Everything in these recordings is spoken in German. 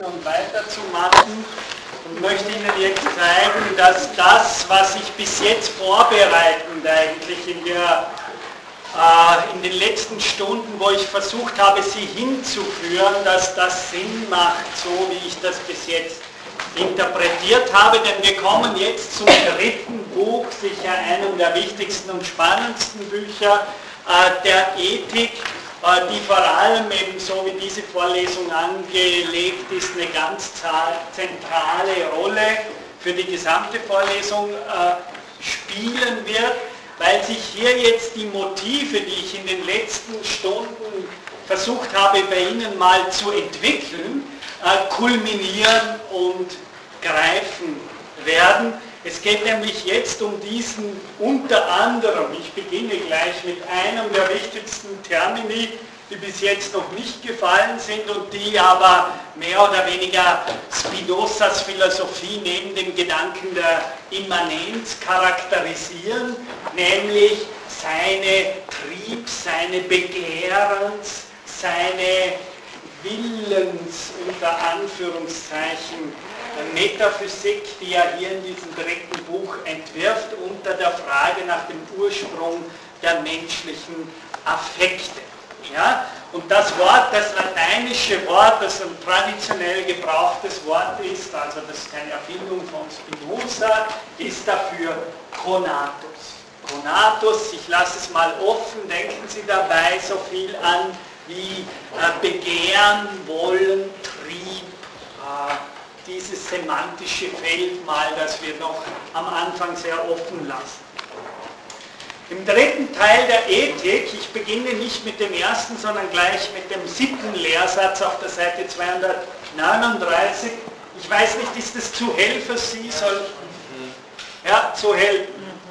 Und weiterzumachen und möchte Ihnen jetzt zeigen, dass das, was ich bis jetzt vorbereitend eigentlich in den letzten Stunden, wo ich versucht habe, Sie hinzuführen, dass das Sinn macht, so wie ich das bis jetzt interpretiert habe, denn wir kommen jetzt zum dritten Buch, sicher einem der wichtigsten und spannendsten Bücher der Ethik, die vor allem eben so wie diese Vorlesung angelegt ist, eine ganz zentrale Rolle für die gesamte Vorlesung spielen wird, weil sich hier jetzt die Motive, die ich in den letzten Stunden versucht habe, bei Ihnen mal zu entwickeln, kulminieren und greifen werden. Es geht nämlich jetzt um diesen unter anderem, ich beginne gleich mit einem der wichtigsten Termini, die bis jetzt noch nicht gefallen sind und die aber mehr oder weniger Spinozas Philosophie neben dem Gedanken der Immanenz charakterisieren, nämlich seine seine Begehrens, seine Willens, unter Anführungszeichen, Metaphysik, die er hier in diesem dritten Buch entwirft, unter der Frage nach dem Ursprung der menschlichen Affekte. Ja? Und das Wort, das lateinische Wort, das ein traditionell gebrauchtes Wort ist, also das ist keine Erfindung von Spinoza, ist dafür Conatus. Conatus, ich lasse es mal offen, denken Sie dabei so viel an wie Begehren, Wollen, Trieb, dieses semantische Feld mal, das wir noch am Anfang sehr offen lassen. Im dritten Teil der Ethik, ich beginne nicht mit dem ersten, sondern gleich mit dem 7. Lehrsatz auf der Seite 239. Ich weiß nicht, ist das zu hell für Sie? Ja, zu hell.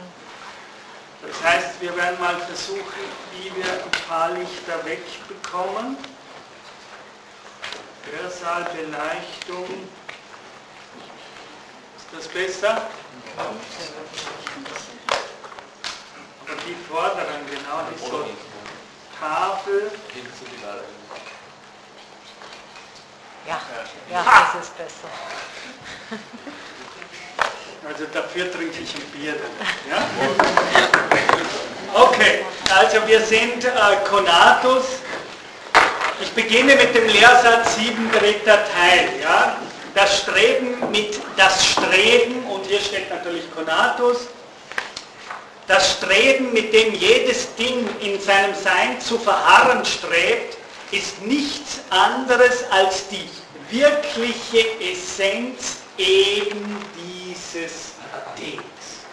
Das heißt, wir werden mal versuchen, wie wir ein paar Lichter wegbekommen. Hörsaalbeleuchtung. Ist das besser? Oder die vorderen, genau, die so Tafel. Ja, das ist besser. Also dafür trinke ich ein Bier. Ja? Okay, also wir sind Conatus. Ich beginne mit dem Lehrsatz 7, dritter Teil. Ja? Das Streben, und hier steht natürlich Conatus, das Streben, mit dem jedes Ding in seinem Sein zu verharren strebt, ist nichts anderes als die wirkliche Essenz eben dieses Dings.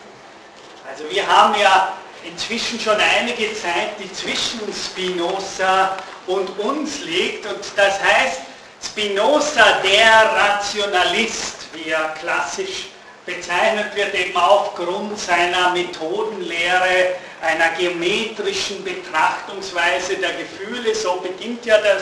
Also wir haben ja inzwischen schon einige Zeit, die zwischen Spinoza und uns liegt, und das heißt, Spinoza, der Rationalist, wie er klassisch bezeichnet wird, eben aufgrund seiner Methodenlehre, einer geometrischen Betrachtungsweise der Gefühle, so beginnt ja der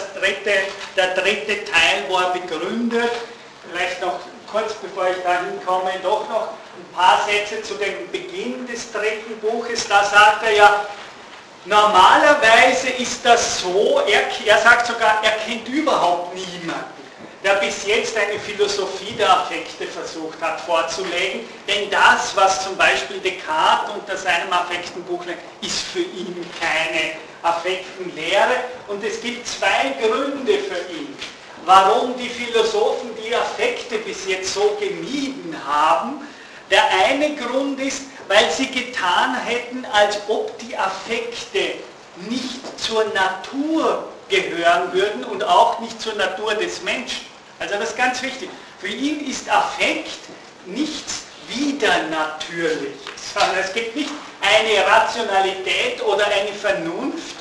dritte Teil, wo er begründet. Vielleicht noch kurz bevor ich dahin komme, doch noch ein paar Sätze zu dem Beginn des dritten Buches. Da sagt er ja, normalerweise ist das so, er sagt sogar, er kennt überhaupt niemanden, der bis jetzt eine Philosophie der Affekte versucht hat vorzulegen, denn das, was zum Beispiel Descartes unter seinem Affektenbuch nennt, ist für ihn keine Affektenlehre, und es gibt zwei Gründe für ihn, warum die Philosophen die Affekte bis jetzt so gemieden haben. Der eine Grund ist, weil sie getan hätten, als ob die Affekte nicht zur Natur gehören würden und auch nicht zur Natur des Menschen. Also das ist ganz wichtig. Für ihn ist Affekt nichts Widernatürliches, sondern es gibt nicht eine Rationalität oder eine Vernunft,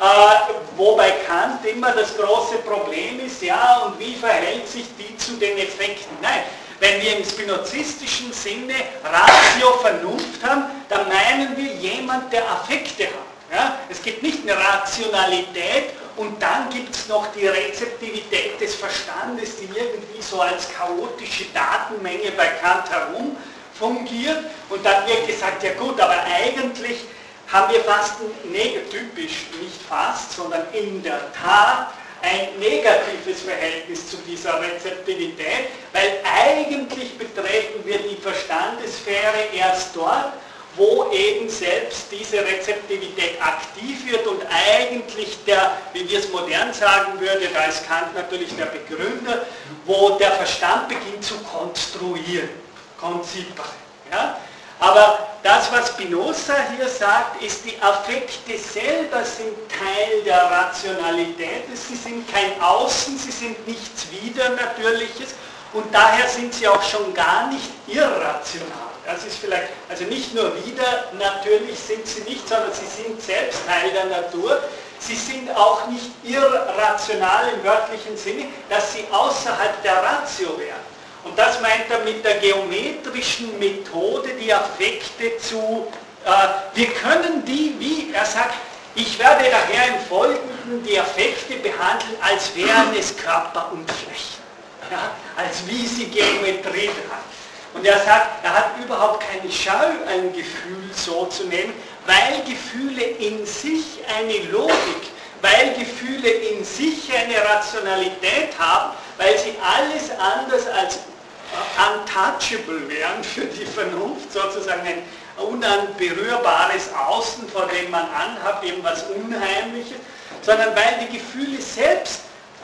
wo bei Kant immer das große Problem ist, ja, und wie verhält sich die zu den Effekten? Nein, wenn wir im spinozistischen Sinne Ratio, Vernunft haben, dann meinen wir jemand, der Affekte hat. Ja? Es gibt nicht eine Rationalität und dann gibt es noch die Rezeptivität des Verstandes, die irgendwie so als chaotische Datenmenge bei Kant herum fungiert, und dann wird gesagt, ja gut, aber eigentlich haben wir fast typisch, nicht fast, sondern in der Tat ein negatives Verhältnis zu dieser Rezeptivität, weil eigentlich betreten wir die Verstandessphäre erst dort, wo eben selbst diese Rezeptivität aktiv wird und eigentlich der, wie wir es modern sagen würden, da ist Kant natürlich der Begründer, wo der Verstand beginnt zu konstruieren, konzipere. Ja? Aber das, was Spinoza hier sagt, ist, die Affekte selber sind Teil der Rationalität, sie sind kein Außen, sie sind nichts Widernatürliches und daher sind sie auch schon gar nicht irrational. Das ist vielleicht, also nicht nur wieder natürlich sind sie nicht, sondern sie sind selbst Teil der Natur. Sie sind auch nicht irrational im wörtlichen Sinne, dass sie außerhalb der Ratio wären. Und das meint er mit der geometrischen Methode, die Affekte zu, wir können die, wie er sagt, ich werde daher im Folgenden die Affekte behandeln, als wären es Körper und Flächen, ja, als wie sie Geometrie haben. Und er sagt, er hat überhaupt keine Scheu, ein Gefühl so zu nehmen, weil Gefühle in sich eine Logik, weil Gefühle in sich eine Rationalität haben, weil sie alles anders als untouchable wären für die Vernunft, sozusagen ein unberührbares Außen, vor dem man anhat, eben was Unheimliches, sondern weil die Gefühle selbst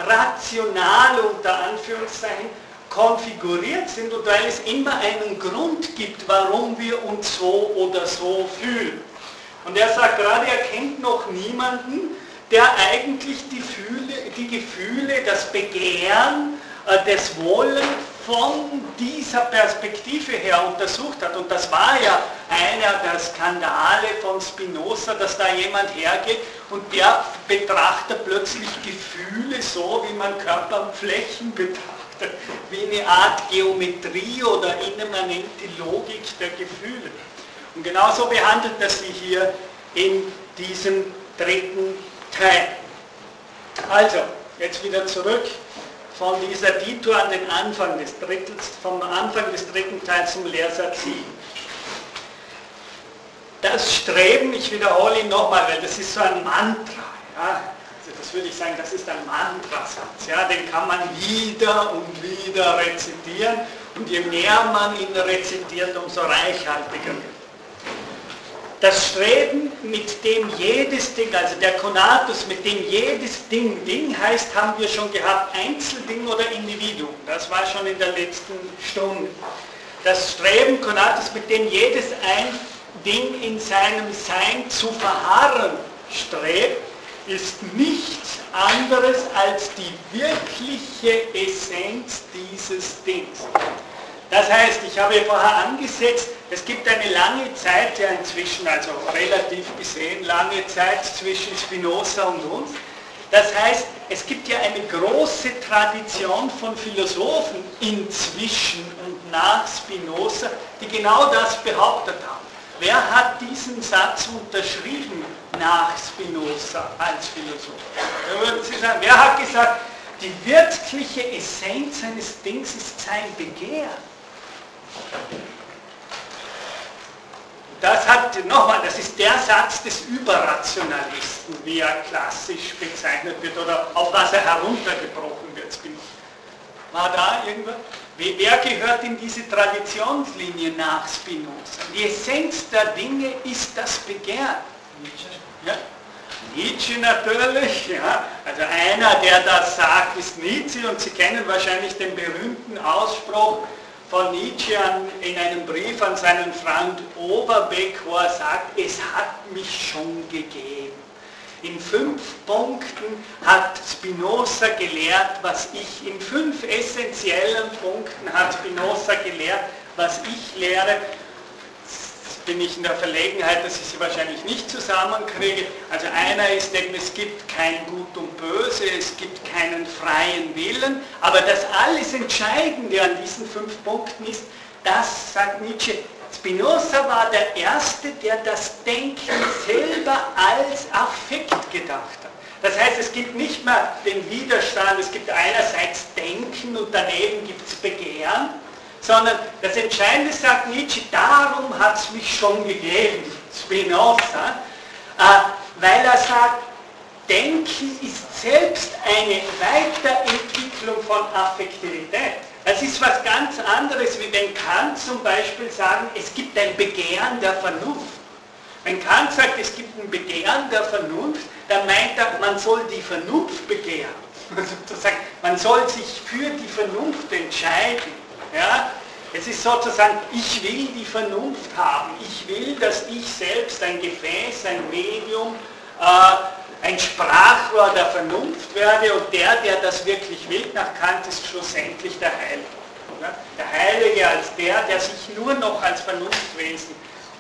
rational unter Anführungszeichen konfiguriert sind und weil es immer einen Grund gibt, warum wir uns so oder so fühlen. Und er sagt gerade, er kennt noch niemanden, der eigentlich die Gefühle, das Begehren, das Wollen von dieser Perspektive her untersucht hat. Und das war ja einer der Skandale von Spinoza, dass da jemand hergeht und der betrachtet plötzlich Gefühle so, wie man Körper und Flächen betrachtet. Wie eine Art Geometrie oder immanente Logik der Gefühle. Und genauso behandelt er sie hier in diesem dritten Teil. Also, jetzt wieder zurück von dieser Detour an den Anfang des vom Anfang des dritten Teils zum Lehrsatz 7. Das Streben, ich wiederhole ihn nochmal, weil das ist so ein Mantra. Ja? Das würde ich sagen, das ist ein Mantrasatz. Ja, den kann man wieder und wieder rezitieren und je mehr man ihn rezitiert, umso reichhaltiger wird. Das Streben, mit dem jedes Ding, also der Konatus, mit dem jedes Ding heißt, haben wir schon gehabt, Einzelding oder Individuum. Das war schon in der letzten Stunde. Das Streben, Konatus, mit dem jedes ein Ding in seinem Sein zu verharren strebt, ist nichts anderes als die wirkliche Essenz dieses Dings. Das heißt, ich habe vorher angesetzt, es gibt eine lange Zeit, ja inzwischen, also relativ gesehen, lange Zeit zwischen Spinoza und uns. Das heißt, es gibt ja eine große Tradition von Philosophen inzwischen und nach Spinoza, die genau das behauptet haben. Wer hat diesen Satz unterschrieben nach Spinoza als Philosoph? Da würden Sie sagen, wer hat gesagt, die wirkliche Essenz eines Dings ist sein Begehren? Das ist der Satz des Überrationalisten, wie er klassisch bezeichnet wird oder auf was er heruntergebrochen wird. War da irgendwas? Wer gehört in diese Traditionslinie nach Spinoza? Die Essenz der Dinge ist das Begehren. Nietzsche. Ja? Nietzsche natürlich, ja. Also einer, der das sagt, ist Nietzsche und Sie kennen wahrscheinlich den berühmten Ausspruch von Nietzsche in einem Brief an seinen Freund Overbeck, wo er sagt, es hat mich schon gegeben. In 5 Punkten hat Spinoza gelehrt, was ich, in 5 essentiellen Punkten hat Spinoza gelehrt, was ich lehre. Jetzt bin ich in der Verlegenheit, dass ich sie wahrscheinlich nicht zusammenkriege. Also einer ist eben, es gibt kein Gut und Böse, es gibt keinen freien Willen, aber das alles Entscheidende an diesen 5 Punkten ist, das, sagt Nietzsche, Spinoza war der Erste, der das Denken selber als Affekt gedacht hat. Das heißt, es gibt nicht mehr den Widerstand, es gibt einerseits Denken und daneben gibt es Begehren, sondern das Entscheidende, sagt Nietzsche, darum hat es mich schon gegeben, Spinoza, weil er sagt, Denken ist selbst eine Weiterentwicklung von Affektivität. Das ist was ganz anderes, wie wenn Kant zum Beispiel sagen, es gibt ein Begehren der Vernunft. Wenn Kant sagt, es gibt ein Begehren der Vernunft, dann meint er, man soll die Vernunft begehren. Sozusagen, man soll sich für die Vernunft entscheiden. Ja? Es ist sozusagen, ich will die Vernunft haben. Ich will, dass ich selbst ein Gefäß, ein Medium, ein Sprachrohr der Vernunft werde, und der das wirklich will, nach Kant, ist schlussendlich der Heilige. Ja? Der Heilige als der sich nur noch als Vernunftwesen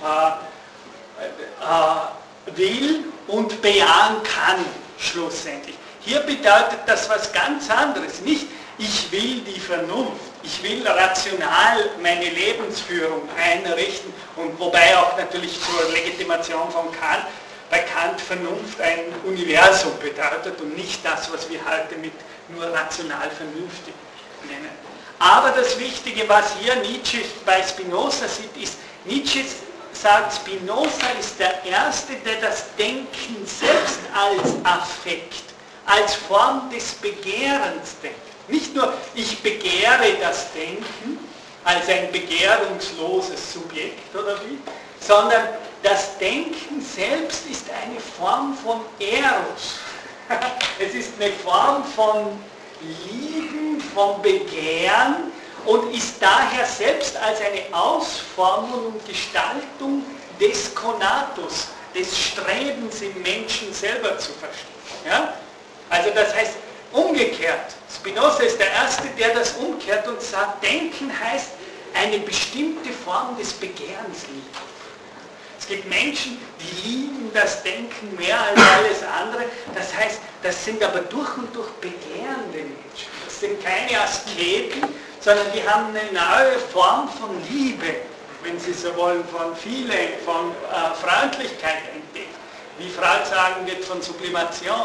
will und bejahen kann, schlussendlich. Hier bedeutet das was ganz anderes. Nicht, ich will die Vernunft, ich will rational meine Lebensführung einrichten, und wobei auch natürlich zur Legitimation von Kant, bei Kant Vernunft ein Universum bedeutet und nicht das, was wir heute mit nur rational vernünftig nennen. Aber das Wichtige, was hier Nietzsche bei Spinoza sieht, ist, Nietzsche sagt, Spinoza ist der Erste, der das Denken selbst als Affekt, als Form des Begehrens denkt. Nicht nur, ich begehre das Denken als ein begehrungsloses Subjekt oder wie, sondern das Denken selbst ist eine Form von Eros. Es ist eine Form von Lieben, von Begehren und ist daher selbst als eine Ausformung und Gestaltung des Konatus, des Strebens im Menschen selber zu verstehen. Ja? Also das heißt umgekehrt. Spinoza ist der Erste, der das umkehrt und sagt, Denken heißt eine bestimmte Form des Begehrens lieben. Es gibt Menschen, die lieben das Denken mehr als alles andere. Das heißt, das sind aber durch und durch begehrende Menschen. Das sind keine Asketen, sondern die haben eine neue Form von Liebe, wenn Sie so wollen, von Freundlichkeit entdeckt. Wie Freud sagen wird, von Sublimation.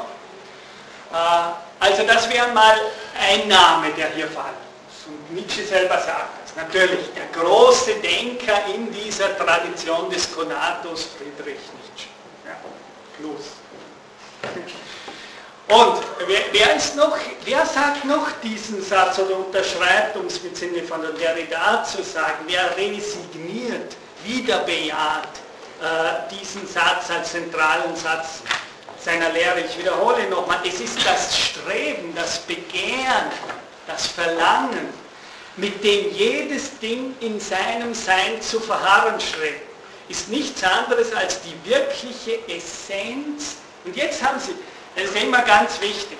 Also das wäre mal ein Name, der hier fallen muss. Und Nietzsche selber sagt das. Natürlich, der große Denker in dieser Tradition des Konatus, Friedrich Nietzsche. Ja, plus. Und wer sagt noch diesen Satz oder unterschreibt, um es mit Sinne von der Derrida zu sagen, wer resigniert, wieder bejaht diesen Satz als zentralen Satz seiner Lehre? Ich wiederhole nochmal, es ist das Streben, das Begehren, das Verlangen, mit dem jedes Ding in seinem Sein zu verharren strebt, ist nichts anderes als die wirkliche Essenz. Und jetzt haben Sie, das ist immer ganz wichtig,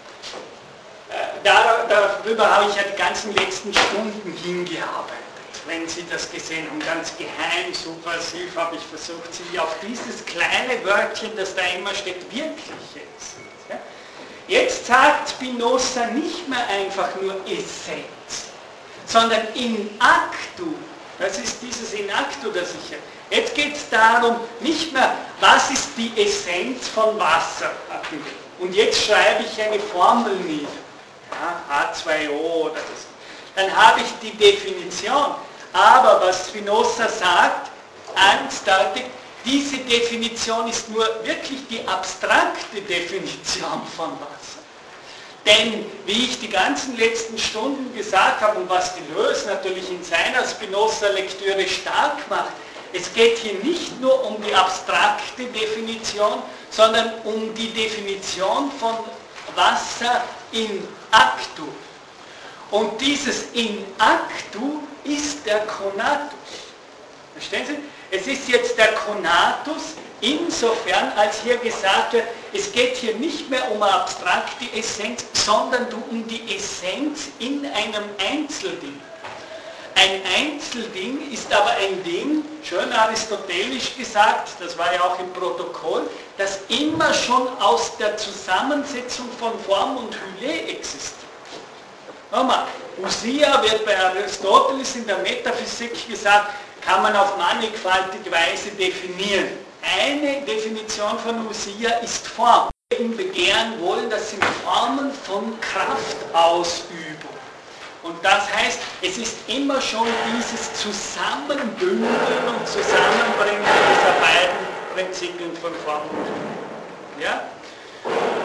darüber habe ich ja die ganzen letzten Stunden hingearbeitet. Wenn Sie das gesehen haben, ganz geheim, subversiv, habe ich versucht, Sie auf dieses kleine Wörtchen, das da immer steht, wirkliche Essenz. Ja? Jetzt sagt Spinoza nicht mehr einfach nur Essenz, sondern in actu. Das ist dieses in actu, das ich... Jetzt geht es darum, nicht mehr, was ist die Essenz von Wasser. Und jetzt schreibe ich eine Formel nieder. Ja, H2O oder das. Dann habe ich die Definition. Aber was Spinoza sagt, eindeutig, diese Definition ist nur wirklich die abstrakte Definition von Wasser. Denn, wie ich die ganzen letzten Stunden gesagt habe und was Deleuze natürlich in seiner Spinoza-Lektüre stark macht, es geht hier nicht nur um die abstrakte Definition, sondern um die Definition von Wasser in actu. Und dieses in actu ist der Conatus. Verstehen Sie? Es ist jetzt der Conatus insofern, als hier gesagt wird, es geht hier nicht mehr um eine abstrakte Essenz, sondern um die Essenz in einem Einzelding. Ein Einzelding ist aber ein Ding, schön aristotelisch gesagt, das war ja auch im Protokoll, das immer schon aus der Zusammensetzung von Form und Hylae existiert. Nochmal, Ousia wird bei Aristoteles in der Metaphysik gesagt, kann man auf mannigfaltige Weise definieren. Eine Definition von Ousia ist Form. Im Begehren wollen, das sind Formen von Kraftausübung. Und das heißt, es ist immer schon dieses Zusammenbündeln und Zusammenbringen dieser beiden Prinzipien von Form und Hylae. Ja?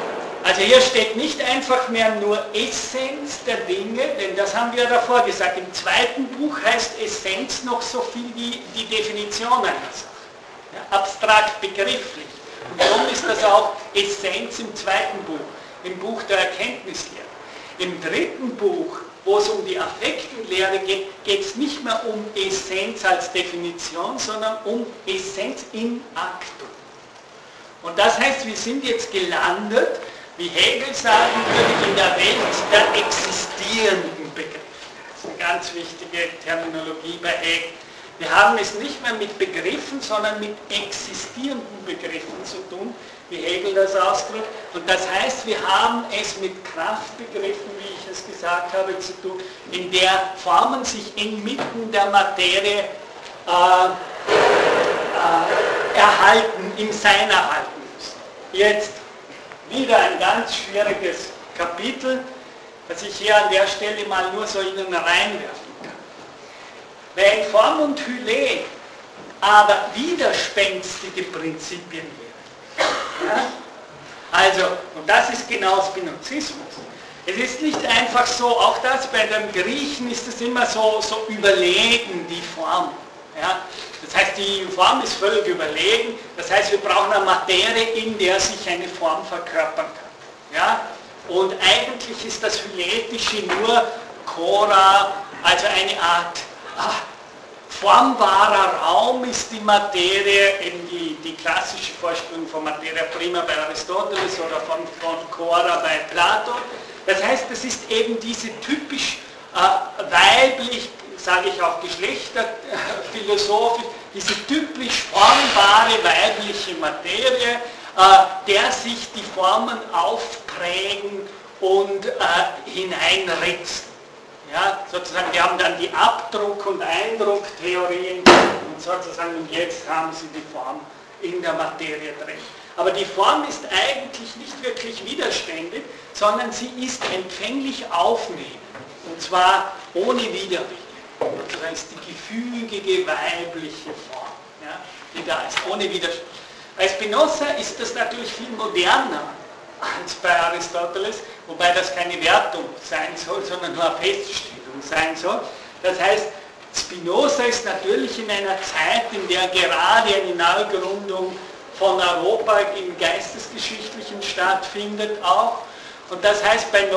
Also hier steht nicht einfach mehr nur Essenz der Dinge, denn das haben wir davor gesagt. Im zweiten Buch heißt Essenz noch so viel wie die Definition einer Sache. Ja, abstrakt begrifflich. Und darum ist das auch Essenz im zweiten Buch, im Buch der Erkenntnislehre. Im dritten Buch, wo es um die Affektenlehre geht, geht es nicht mehr um Essenz als Definition, sondern um Essenz in actu. Und das heißt, wir sind jetzt gelandet, wie Hegel sagen würde, in der Welt der existierenden Begriffe. Das ist eine ganz wichtige Terminologie bei Hegel. Wir haben es nicht mehr mit Begriffen, sondern mit existierenden Begriffen zu tun, wie Hegel das ausdrückt. Und das heißt, wir haben es mit Kraftbegriffen, wie ich es gesagt habe, zu tun, in der Formen sich inmitten der Materie erhalten, im Sein erhalten müssen. Jetzt wieder ein ganz schwieriges Kapitel, das ich hier an der Stelle mal nur so Ihnen reinwerfen kann. Wenn Form und Hylen aber widerspenstige Prinzipien wären, ja? Also, und das ist genau Spinozismus. Es ist nicht einfach so, auch das bei den Griechen ist es immer so überlegen, die Form. Ja? Das heißt, die Form ist völlig überlegen, das heißt, wir brauchen eine Materie, in der sich eine Form verkörpern kann. Ja? Und eigentlich ist das Hyletische nur Chora, also eine Art formbarer Raum ist die Materie, eben die klassische Vorstellung von Materia prima bei Aristoteles oder von Chora bei Platon. Das heißt, das ist eben diese typisch weiblich, sage ich auch geschlechterphilosophisch, diese typisch formbare weibliche Materie, der sich die Formen aufprägen und hineinritzen. Ja, sozusagen, wir haben dann die Abdruck- und Eindrucktheorien und sozusagen jetzt haben sie die Form in der Materie drin. Aber die Form ist eigentlich nicht wirklich widerständig, sondern sie ist empfänglich aufnehmen. Und zwar ohne Widerwille. Das ist die gefügige weibliche Form, ja, die da ist, ohne Widerstand. Bei Spinoza ist das natürlich viel moderner als bei Aristoteles, wobei das keine Wertung sein soll, sondern nur eine Feststellung sein soll. Das heißt, Spinoza ist natürlich in einer Zeit, in der gerade eine Neugründung von Europa im Geistesgeschichtlichen stattfindet auch. Und das heißt, bei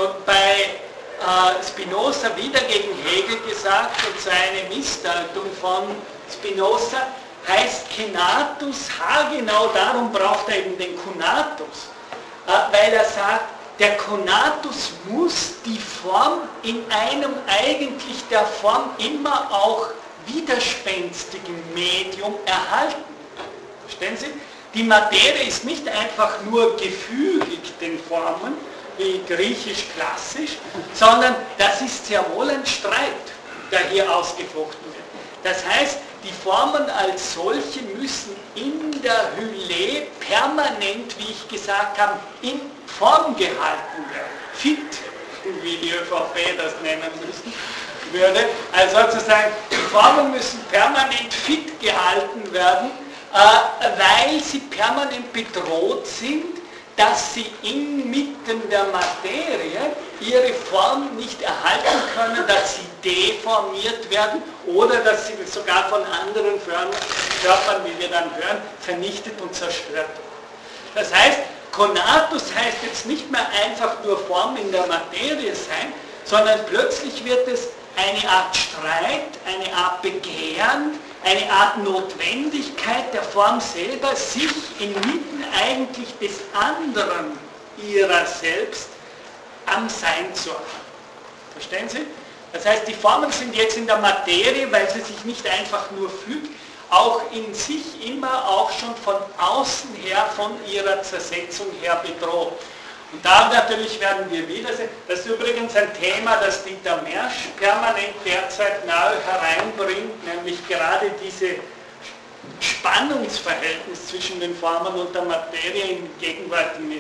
Spinoza wieder gegen Hegel gesagt und seine Missdeutung von Spinoza heißt Kenatus, haargenau darum braucht er eben den Konatus, weil er sagt, der Konatus muss die Form in einem eigentlich der Form immer auch widerspenstigen Medium erhalten. Verstehen Sie? Die Materie ist nicht einfach nur gefügig den Formen, wie griechisch-klassisch, sondern das ist sehr wohl ein Streit, der hier ausgefochten wird. Das heißt, die Formen als solche müssen in der Hyle permanent, wie ich gesagt habe, in Form gehalten werden. Fit, wie die ÖVP das nennen müssen, würde. Also sozusagen, die Formen müssen permanent fit gehalten werden, weil sie permanent bedroht sind, dass sie inmitten der Materie ihre Form nicht erhalten können, dass sie deformiert werden oder dass sie sogar von anderen Körpern, wie wir dann hören, vernichtet und zerstört werden. Das heißt, Konatus heißt jetzt nicht mehr einfach nur Form in der Materie sein, sondern plötzlich wird es eine Art Streit, eine Art Begehren, eine Art Notwendigkeit der Form selber, sich inmitten eigentlich des anderen ihrer selbst am Sein zu erhalten. Verstehen Sie? Das heißt, die Formen sind jetzt in der Materie, weil sie sich nicht einfach nur fügt, auch in sich immer auch schon von außen her, von ihrer Zersetzung her bedroht. Und da natürlich werden wir wiedersehen, das ist übrigens ein Thema, das Dieter Mersch permanent derzeit neu hereinbringt, nämlich gerade diese Spannungsverhältnis zwischen den Formen und der Materie in gegenwärtigen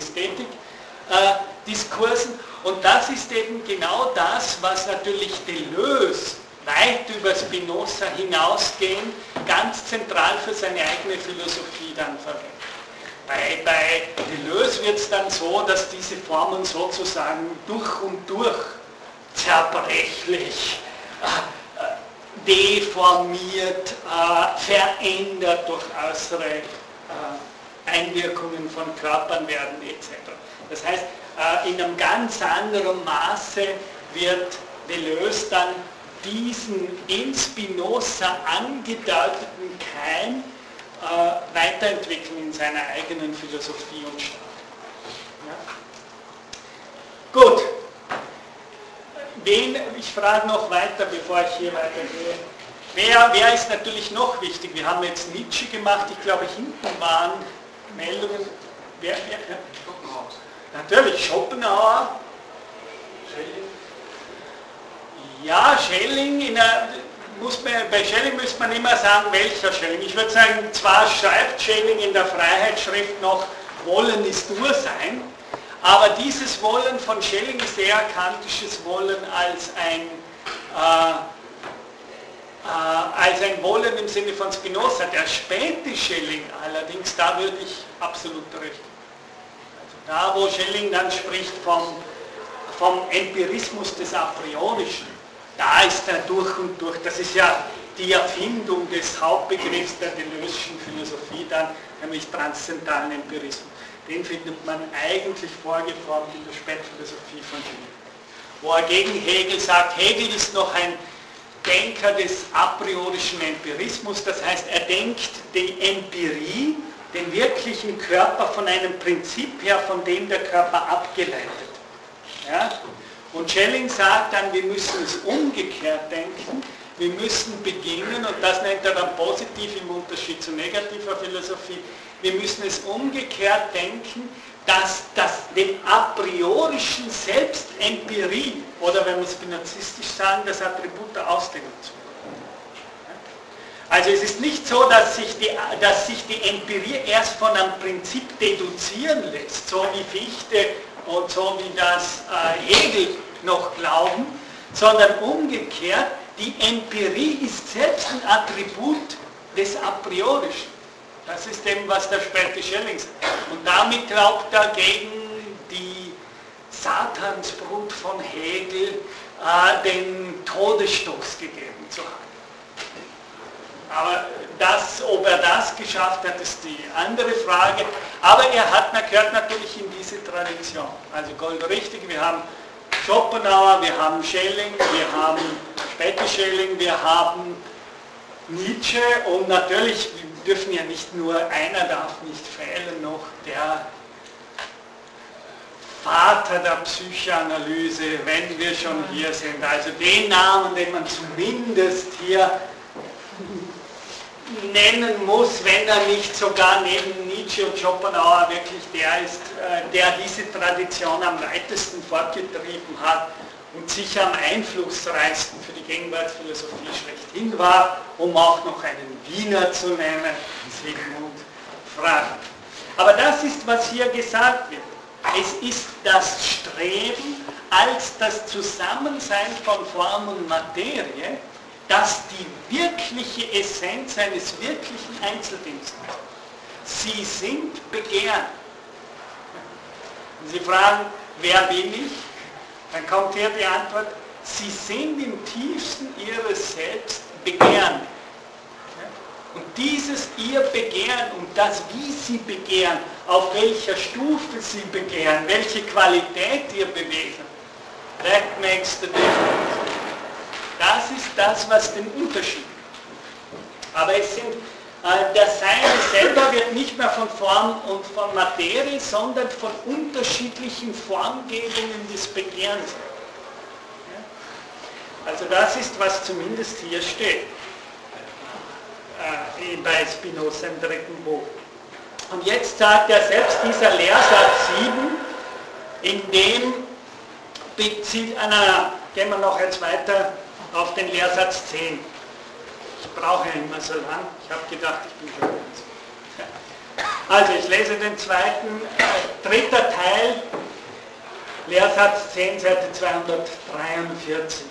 Ästhetikdiskursen. Und das ist eben genau das, was natürlich Deleuze weit über Spinoza hinausgehend ganz zentral für seine eigene Philosophie dann verwendet. Bei Deleuze wird es dann so, dass diese Formen sozusagen durch und durch zerbrechlich, deformiert, verändert durch äußere Einwirkungen von Körpern werden etc. Das heißt, in einem ganz anderen Maße wird Deleuze dann diesen in Spinoza angedeuteten Keim weiterentwickeln in seiner eigenen Philosophie und Staat. Ja? Gut. Ich frage noch weiter, bevor ich hier weitergehe. Wer ist natürlich noch wichtig? Wir haben jetzt Nietzsche gemacht, ich glaube hinten waren Meldungen. Wer? Schopenhauer. Natürlich, Schopenhauer. Ja, Schelling, bei Schelling müsste man immer sagen, welcher Schelling. Ich würde sagen, zwar schreibt Schelling in der Freiheitsschrift noch, Wollen ist Ursein, aber dieses Wollen von Schelling ist eher kantisches Wollen als ein Wollen im Sinne von Spinoza. Der späte Schelling allerdings, da würde ich absolut recht. Also da, wo Schelling dann spricht vom Empirismus des A priorischen, da ist er durch und durch, das ist ja die Erfindung des Hauptbegriffs der Deleuze'schen Philosophie dann, nämlich transzendentalen Empirismus. Den findet man eigentlich vorgeformt in der Spätphilosophie von Schelling. Wo er gegen Hegel sagt, Hegel ist noch ein Denker des a priorischen Empirismus, das heißt, er denkt die Empirie, den wirklichen Körper von einem Prinzip her, von dem der Körper abgeleitet. Ja? Und Schelling sagt dann, wir müssen es umgekehrt denken, wir müssen beginnen, und das nennt er dann positiv im Unterschied zu negativer Philosophie, wir müssen es umgekehrt denken, dass dem a priorischen Selbstempirie, oder wenn wir es spinozistisch sagen, das Attribut der Ausdehnung zu. Also es ist nicht so, dass sich die Empirie erst von einem Prinzip deduzieren lässt, so wie Fichte und so wie das Hegel noch glauben, sondern umgekehrt, die Empirie ist selbst ein Attribut des A priorischen. Das ist eben, was der späte Schelling sagt. Und damit glaubt er gegen die Satansbrut von Hegel den Todesstoß gegeben zu haben. Aber ob er das geschafft hat, ist die andere Frage. Aber er gehört natürlich in diese Tradition. Also richtig, wir haben Schopenhauer, wir haben Schelling, wir haben späte Schelling, wir haben Nietzsche und natürlich, wir dürfen ja nicht nur, einer darf nicht fehlen, noch der Vater der Psychoanalyse, wenn wir schon hier sind. Also den Namen, den man zumindest hier nennen muss, wenn er nicht sogar neben Nietzsche und Schopenhauer wirklich der ist, der diese Tradition am weitesten fortgetrieben hat und sicher am einflussreichsten für die Gegenwartsphilosophie schlechthin war, um auch noch einen Wiener zu nennen, Sigmund Freud. Aber das ist, was hier gesagt wird. Es ist das Streben als das Zusammensein von Form und Materie, das die wirkliche Essenz eines wirklichen Einzeldings ist. Sie sind Begehren. Und Sie fragen, wer bin ich? Dann kommt hier die Antwort, Sie sind im tiefsten Ihres Selbst Begehren. Und dieses Ihr Begehren und das, wie Sie begehren, auf welcher Stufe Sie begehren, welche Qualität Ihr bewegen, that makes the difference. Das ist das, was den Unterschied macht. Aber es sind, das Sein selber wird nicht mehr von Form und von Materie, sondern von unterschiedlichen Formgebungen des Begehrens. Also das ist, was zumindest hier steht, bei Spinoza im dritten Buch. Und jetzt sagt er selbst dieser Lehrsatz 7, in dem bezieht, gehen wir noch jetzt weiter auf den Lehrsatz 10. Ich brauche ja immer so lang. Ich habe gedacht, ich bin schon ganz. Also ich lese den zweiten, dritter Teil, Lehrsatz 10, Seite 243.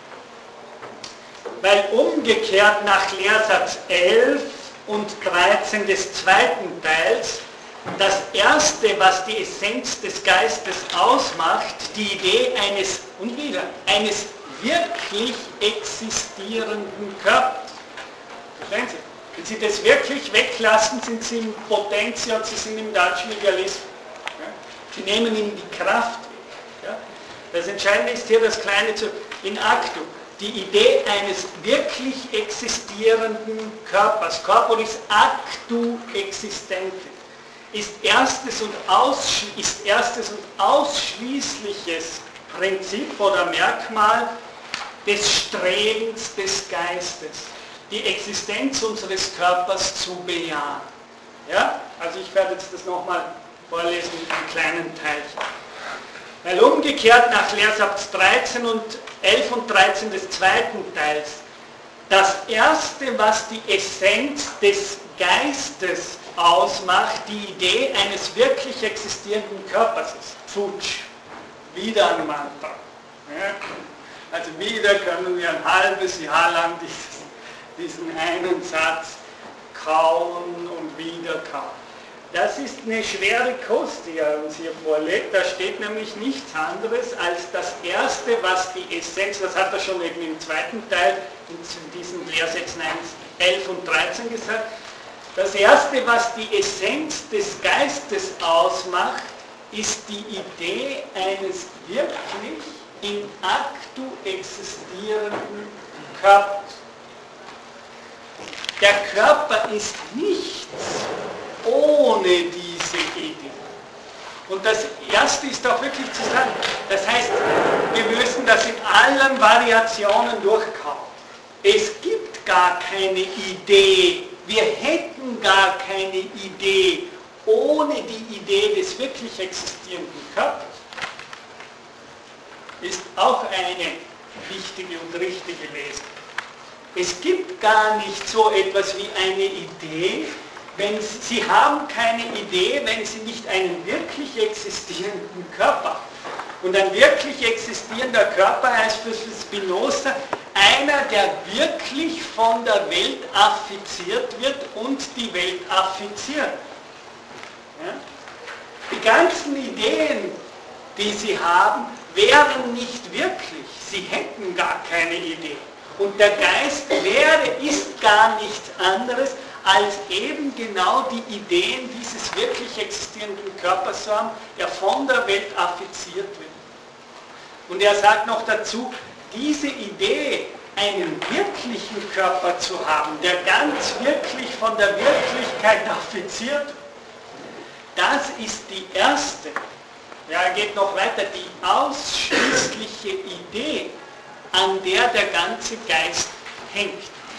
Weil umgekehrt nach Lehrsatz 11 und 13 des zweiten Teils das Erste, was die Essenz des Geistes ausmacht, die Idee eines wirklich existierenden Körpers. Verstehen Sie? Wenn Sie das wirklich weglassen, sind Sie im Potential, Sie sind im deutschen Idealismus. Ja? Sie nehmen ihm die Kraft weg. Ja? Das Entscheidende ist hier das kleine in actu. Die Idee eines wirklich existierenden Körpers, corporis actu existente, ist erstes und ausschließliches Prinzip oder Merkmal des Strebens des Geistes, die Existenz unseres Körpers zu bejahen. Ja? Also ich werde jetzt das nochmal vorlesen in einem kleinen Teilchen. Weil umgekehrt nach Lehrsatz 13 und 11 und 13 des zweiten Teils, das Erste, was die Essenz des Geistes ausmacht, die Idee eines wirklich existierenden Körpers ist. Futsch. Wieder ein Mantra. Ja? Also wieder können wir ein halbes Jahr lang diesen einen Satz kauen und wieder kauen. Das ist eine schwere Kost, die er uns hier vorlegt. Da steht nämlich nichts anderes als das Erste, was die Essenz, das hat er schon eben im zweiten Teil, in diesen Lehrsätzen 11 und 13 gesagt, das Erste, was die Essenz des Geistes ausmacht, ist die Idee eines wirklich in actu existierenden Körpers. Der Körper ist nichts ohne diese Idee. Und das Erste ist auch wirklich zu sagen, das heißt, wir müssen das in allen Variationen durchkauen. Es gibt gar keine Idee, wir hätten gar keine Idee ohne die Idee des wirklich existierenden Körpers. Ist auch eine wichtige und richtige Lesung. Es gibt gar nicht so etwas wie eine Idee, wenn Sie haben keine Idee, wenn Sie nicht einen wirklich existierenden Körper haben. Und ein wirklich existierender Körper heißt für Spinoza einer, der wirklich von der Welt affiziert wird und die Welt affiziert. Ja? Die ganzen Ideen, die Sie haben, wären nicht wirklich. Sie hätten gar keine Idee. Und der Geist ist gar nichts anderes, als eben genau die Ideen dieses wirklich existierenden Körpers zu haben, der von der Welt affiziert wird. Und er sagt noch dazu, diese Idee, einen wirklichen Körper zu haben, der ganz wirklich von der Wirklichkeit affiziert wird, das ist die erste, ja, er geht noch weiter, die ausschließliche Idee, an der der ganze Geist hängt.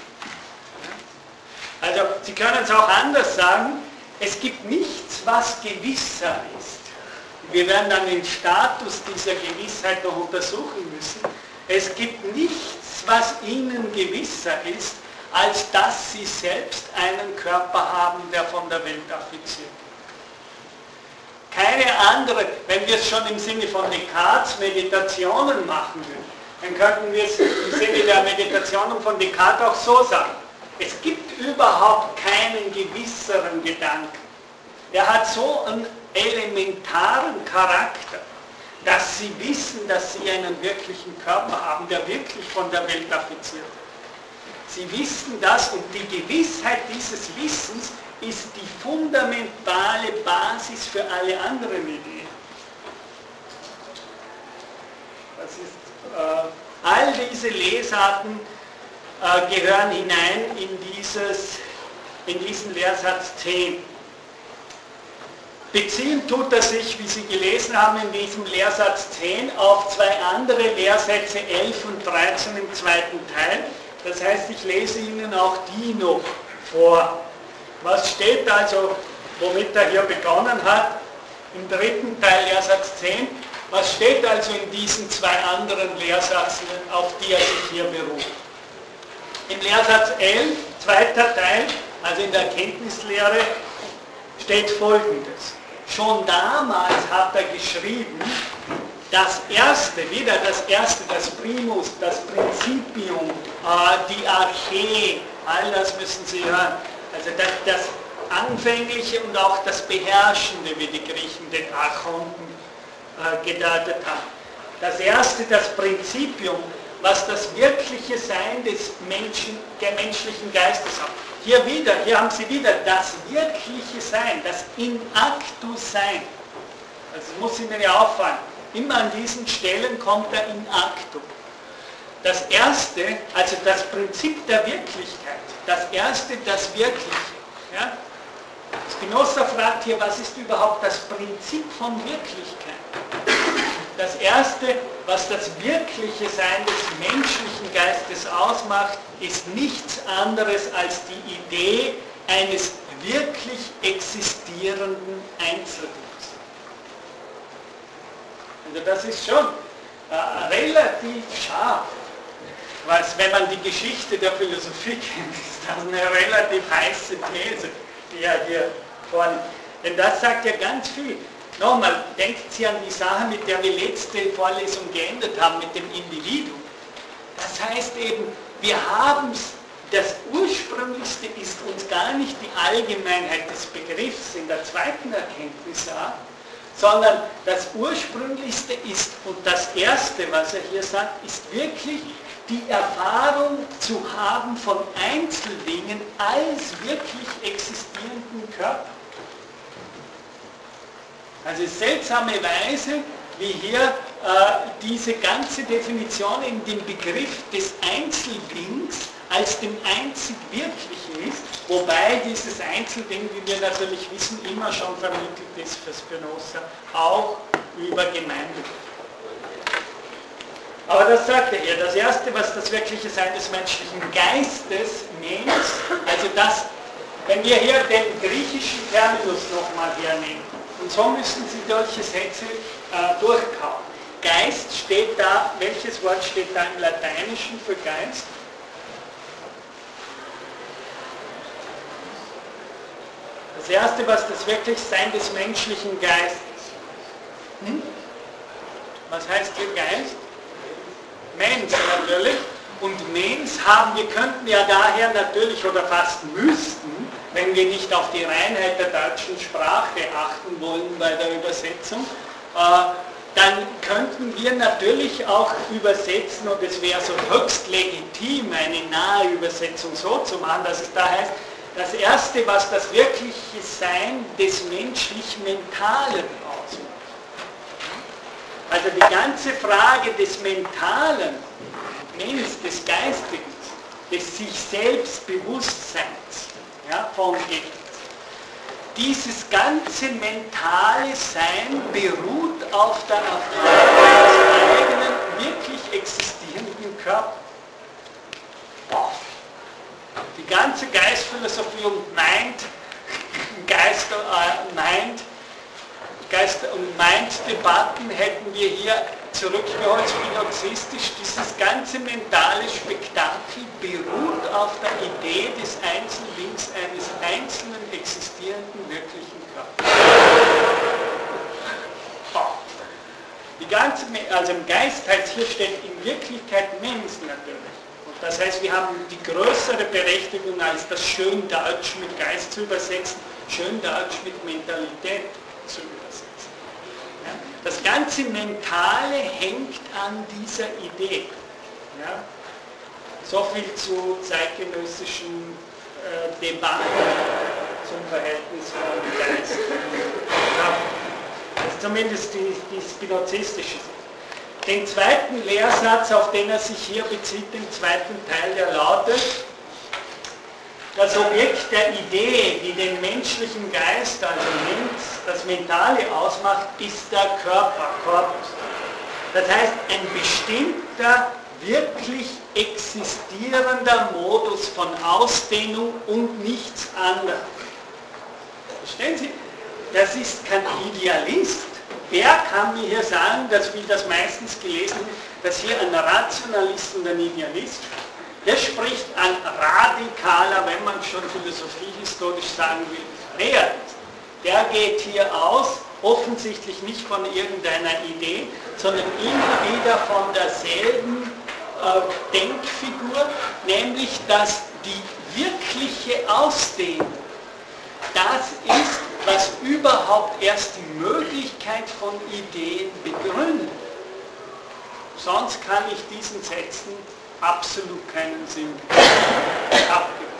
Also, Sie können es auch anders sagen, es gibt nichts, was gewisser ist. Wir werden dann den Status dieser Gewissheit noch untersuchen müssen. Es gibt nichts, was Ihnen gewisser ist, als dass Sie selbst einen Körper haben, der von der Welt affiziert wird. Keine andere, wenn wir es schon im Sinne von Descartes Meditationen machen würden, dann könnten wir es im Sinne der Meditationen von Descartes auch so sagen. Es gibt überhaupt keinen gewisseren Gedanken. Er hat so einen elementaren Charakter, dass Sie wissen, dass Sie einen wirklichen Körper haben, der wirklich von der Welt affiziert wird. Sie wissen das und die Gewissheit dieses Wissens ist die fundamentale Basis für alle anderen Ideen. Das ist, all diese Lesarten gehören hinein in diesen Lehrsatz 10. Beziehen tut er sich, wie Sie gelesen haben, in diesem Lehrsatz 10 auf zwei andere Lehrsätze 11 und 13 im zweiten Teil. Das heißt, ich lese Ihnen auch die noch vor. Was steht also, womit er hier begonnen hat, im dritten Teil Lehrsatz 10, was steht also in diesen zwei anderen Lehrsätzen, auf die er sich hier beruft? Im Lehrsatz 11, zweiter Teil, also in der Erkenntnislehre, steht Folgendes. Schon damals hat er geschrieben, das Erste, wieder das Erste, das Primus, das Principium, die Arche, all das müssen Sie hören. Also Anfängliche und auch das Beherrschende, wie die Griechen den Archonten gedeutet haben. Das erste, das Prinzipium, was das wirkliche Sein des Menschen, der menschlichen Geistes hat. Hier haben Sie wieder das wirkliche Sein, das in actu Sein. Also muss Ihnen ja auffallen, immer an diesen Stellen kommt er in actu. Das erste, also das Prinzip der Wirklichkeit, das erste, das Wirkliche. Ja? Spinoza fragt hier, was ist überhaupt das Prinzip von Wirklichkeit? Das erste, was das wirkliche Sein des menschlichen Geistes ausmacht, ist nichts anderes als die Idee eines wirklich existierenden Einzeldings. Also das ist schon relativ scharf. Wenn man die Geschichte der Philosophie kennt, ist das eine relativ heiße These, die er hier vornimmt. Denn das sagt ja ganz viel. Nochmal, denken Sie an die Sache, mit der wir letzte Vorlesung geendet haben, mit dem Individuum. Das heißt eben, wir haben das Ursprünglichste ist uns gar nicht die Allgemeinheit des Begriffs in der zweiten Erkenntnis, sondern das Ursprünglichste ist, und das Erste, was er hier sagt, ist wirklich die Erfahrung zu haben von Einzeldingen als wirklich existierenden Körper. Also seltsame Weise, wie hier diese ganze Definition in dem Begriff des Einzeldings als dem einzig Wirklichen ist, wobei dieses Einzelding, wie wir natürlich wissen, immer schon vermittelt ist für Spinoza, auch über Gemeinbegriff. Aber das sagt er hier, das Erste, was das wirkliche Sein des menschlichen Geistes meint, also das, wenn wir hier den griechischen Terminus nochmal hernehmen, und so müssen Sie solche Sätze durchkauen. Geist steht da, welches Wort steht da im Lateinischen für Geist? Das Erste, was das wirklich Sein des menschlichen Geistes. Was heißt hier Geist? Mens natürlich. Und Mens wir könnten ja daher natürlich oder fast müssten, wenn wir nicht auf die Reinheit der deutschen Sprache achten wollen bei der Übersetzung, dann könnten wir natürlich auch übersetzen, und es wäre so höchst legitim, eine nahe Übersetzung so zu machen, dass es da heißt, das Erste, was das wirkliche Sein des menschlich-Mentalen ausmacht. Also die ganze Frage des Mentalen, des Geistigen, des sich selbst Bewusstseins, von Geld. Dieses ganze mentale Sein beruht auf der Erfahrung des eigenen, wirklich existierenden Körpers. Die ganze Geistphilosophie und Geist- und Mind-Debatten hätten wir hier zurückgeholt, spinozistisch. Dieses ganze mentale Spektakel beruht auf der Idee des Einzeldings eines einzelnen existierenden wirklichen Körpers. Also im Geist heißt hier steht in Wirklichkeit Mens natürlich. Und das heißt, wir haben die größere Berechtigung, als das schön Deutsch mit Geist zu übersetzen, schön Deutsch mit Mentalität zu übersetzen. Ja? Das ganze Mentale hängt an dieser Idee. Ja? So viel zu zeitgenössischen Debatten zum Verhältnis von Geist und Körper. Das ist zumindest die spinozistische Sicht. Den zweiten Lehrsatz, auf den er sich hier bezieht, im zweiten Teil, der lautet: Das Objekt der Idee, die den menschlichen Geist, also das Mentale ausmacht, ist der Körper, Corpus. Das heißt, ein bestimmter, wirklich existierender Modus von Ausdehnung und nichts anderes. Verstehen Sie? Das ist kein Idealist. Wer kann mir hier sagen, dass wir das meistens gelesen haben, dass hier ein Rationalist und ein Idealist, der spricht an radikaler, wenn man schon philosophiehistorisch sagen will, Realist. Der geht hier aus, offensichtlich nicht von irgendeiner Idee, sondern immer wieder von derselben Denkfigur, nämlich dass die wirkliche Ausdehnung das ist, was überhaupt erst die Möglichkeit von Ideen begründet. Sonst kann ich diesen Sätzen absolut keinen Sinn abgeben.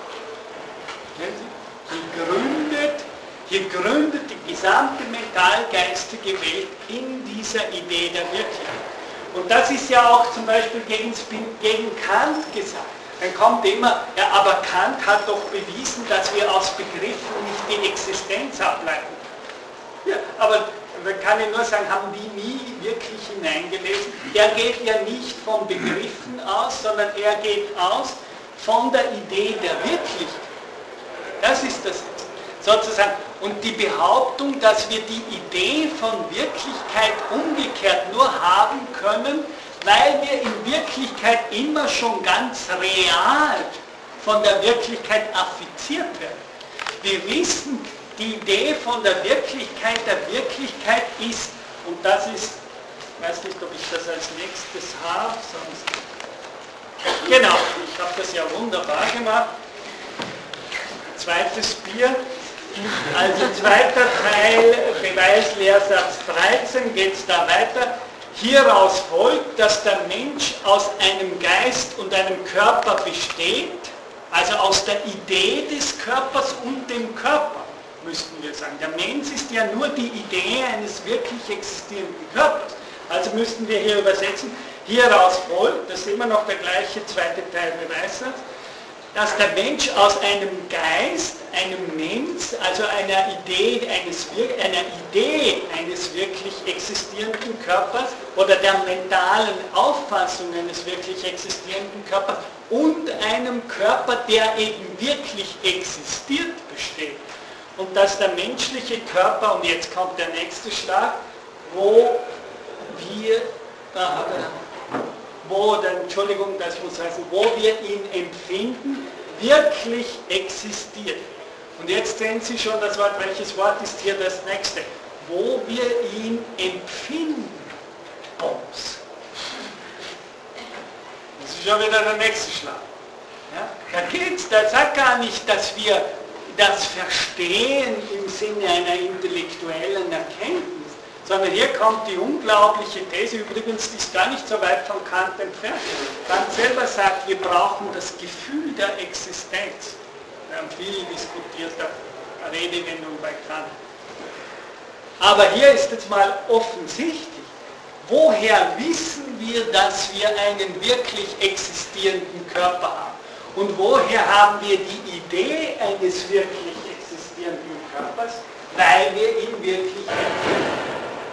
Hier gründet die gesamte mental-geistige Welt in dieser Idee der Wirklichkeit. Und das ist ja auch zum Beispiel gegen Kant gesagt. Dann kommt immer, ja, aber Kant hat doch bewiesen, dass wir aus Begriffen nicht die Existenz ableiten. Ja, aber da kann ich nur sagen, haben die nie wirklich hineingelesen. Er geht ja nicht von Begriffen aus, sondern er geht aus von der Idee der Wirklichkeit. Das ist das sozusagen. Und die Behauptung, dass wir die Idee von Wirklichkeit umgekehrt nur haben können, weil wir in Wirklichkeit immer schon ganz real von der Wirklichkeit affiziert werden. Wir wissen, die Idee von der Wirklichkeit ist, und das ist, ich weiß nicht, ob ich das als nächstes habe, sonst... Genau, ich habe das ja wunderbar gemacht. Zweites Bier. Also zweiter Teil, Beweislehrsatz 13, geht es da weiter. Hieraus folgt, dass der Mensch aus einem Geist und einem Körper besteht, also aus der Idee des Körpers und dem Körper, müssten wir sagen. Der Mensch ist ja nur die Idee eines wirklich existierenden Körpers. Also müssten wir hier übersetzen, hieraus folgt, das ist immer noch der gleiche zweite Teil Beweissatz, dass der Mensch aus einem Geist, einem Mensch, also einer Idee eines wirklich existierenden Körpers oder der mentalen Auffassung eines wirklich existierenden Körpers und einem Körper, der eben wirklich existiert, besteht. Und dass der menschliche Körper, und jetzt kommt der nächste Schlag, wo wir ihn empfinden, wirklich existiert. Und jetzt sehen Sie schon das Wort, welches Wort ist hier das nächste? Wo wir ihn empfinden. Das ist schon wieder der nächste Schlag. Ja? Da sagt gar nicht, dass wir das verstehen im Sinne einer intellektuellen Erkenntnis, sondern hier kommt die unglaubliche These, übrigens, die ist gar nicht so weit von Kant entfernt. Kant selber sagt, wir brauchen das Gefühl der Existenz. Wir haben viel diskutiert, der Redewendung bei Kant. Aber hier ist jetzt mal offensichtlich, woher wissen wir, dass wir einen wirklich existierenden Körper haben? Und woher haben wir die Idee eines wirklich existierenden Körpers? Weil wir ihn wirklich empfinden.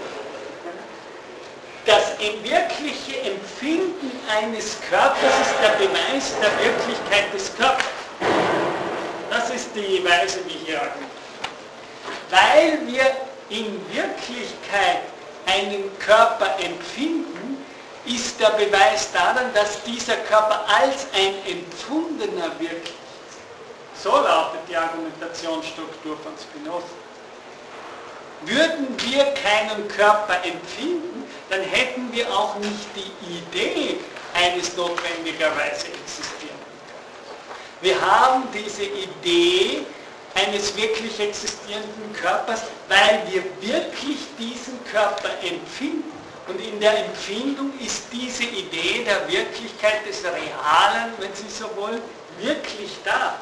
Das wirkliche Empfinden eines Körpers ist der Beweis der Wirklichkeit des Körpers. Das ist die Weise, wie hier argumentiert. Weil wir in Wirklichkeit einen Körper empfinden, ist der Beweis daran, dass dieser Körper als ein empfundener wirklich ist. So lautet die Argumentationsstruktur von Spinoza. Würden wir keinen Körper empfinden, dann hätten wir auch nicht die Idee eines notwendigerweise existierenden Körpers. Wir haben diese Idee eines wirklich existierenden Körpers, weil wir wirklich diesen Körper empfinden. Und in der Empfindung ist diese Idee der Wirklichkeit des Realen, wenn Sie so wollen, wirklich da.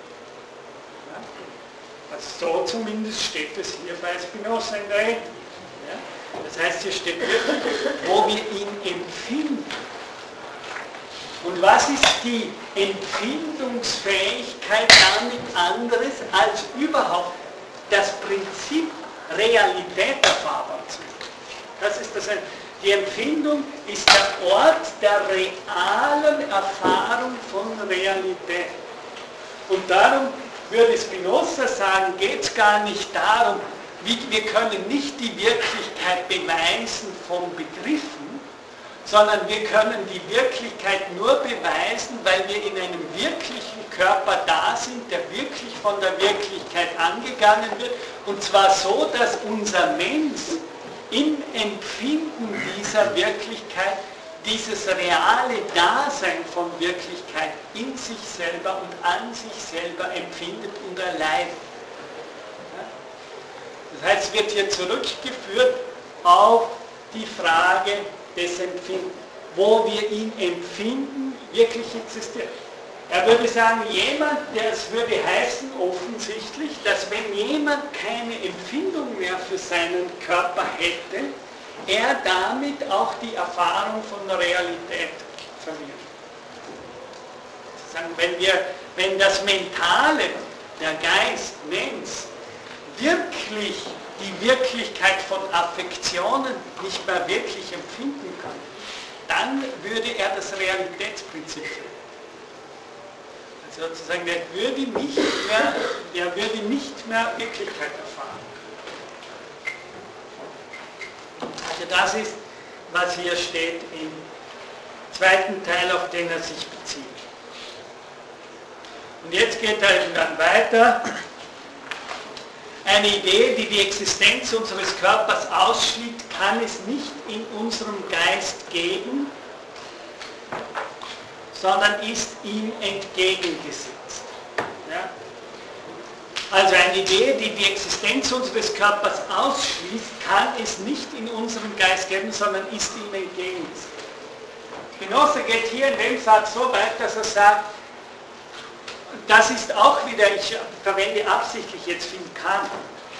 So zumindest steht es hier bei Spinoza in der Ethik. Ja? Das heißt, hier steht wirklich, wo wir ihn empfinden. Und was ist die Empfindungsfähigkeit damit anderes, als überhaupt das Prinzip Realität erfahrbar zu machen? Das ist das eine. Die Empfindung ist der Ort der realen Erfahrung von Realität. Und darum würde Spinoza sagen, geht es gar nicht darum, wir können nicht die Wirklichkeit beweisen von Begriffen, sondern wir können die Wirklichkeit nur beweisen, weil wir in einem wirklichen Körper da sind, der wirklich von der Wirklichkeit angegangen wird, und zwar so, dass unser Mensch im Empfinden dieser Wirklichkeit dieses reale Dasein von Wirklichkeit in sich selber und an sich selber empfindet und erleidet. Das heißt, es wird hier zurückgeführt auf die Frage des Empfindens, wo wir ihn empfinden, wirklich existiert. Er würde sagen, es würde heißen offensichtlich, dass wenn jemand keine Empfindung mehr für seinen Körper hätte, er damit auch die Erfahrung von der Realität verliert. Wenn das Mentale, der Geist, Mensch, wirklich die Wirklichkeit von Affektionen nicht mehr wirklich empfinden kann, dann würde er das Realitätsprinzip finden. Also sozusagen, der würde nicht mehr Wirklichkeit erfahren. Also das ist, was hier steht im zweiten Teil, auf den er sich bezieht. Und jetzt geht er eben dann weiter. Eine Idee, die die Existenz unseres Körpers ausschließt, kann es nicht in unserem Geist geben, sondern ist ihm entgegengesetzt. Ja? Also eine Idee, die die Existenz unseres Körpers ausschließt, kann es nicht in unserem Geist geben, sondern ist ihm entgegengesetzt. Spinoza geht hier in dem Satz so weit, dass er sagt, das ist auch wieder, ich verwende absichtlich jetzt viel Kant.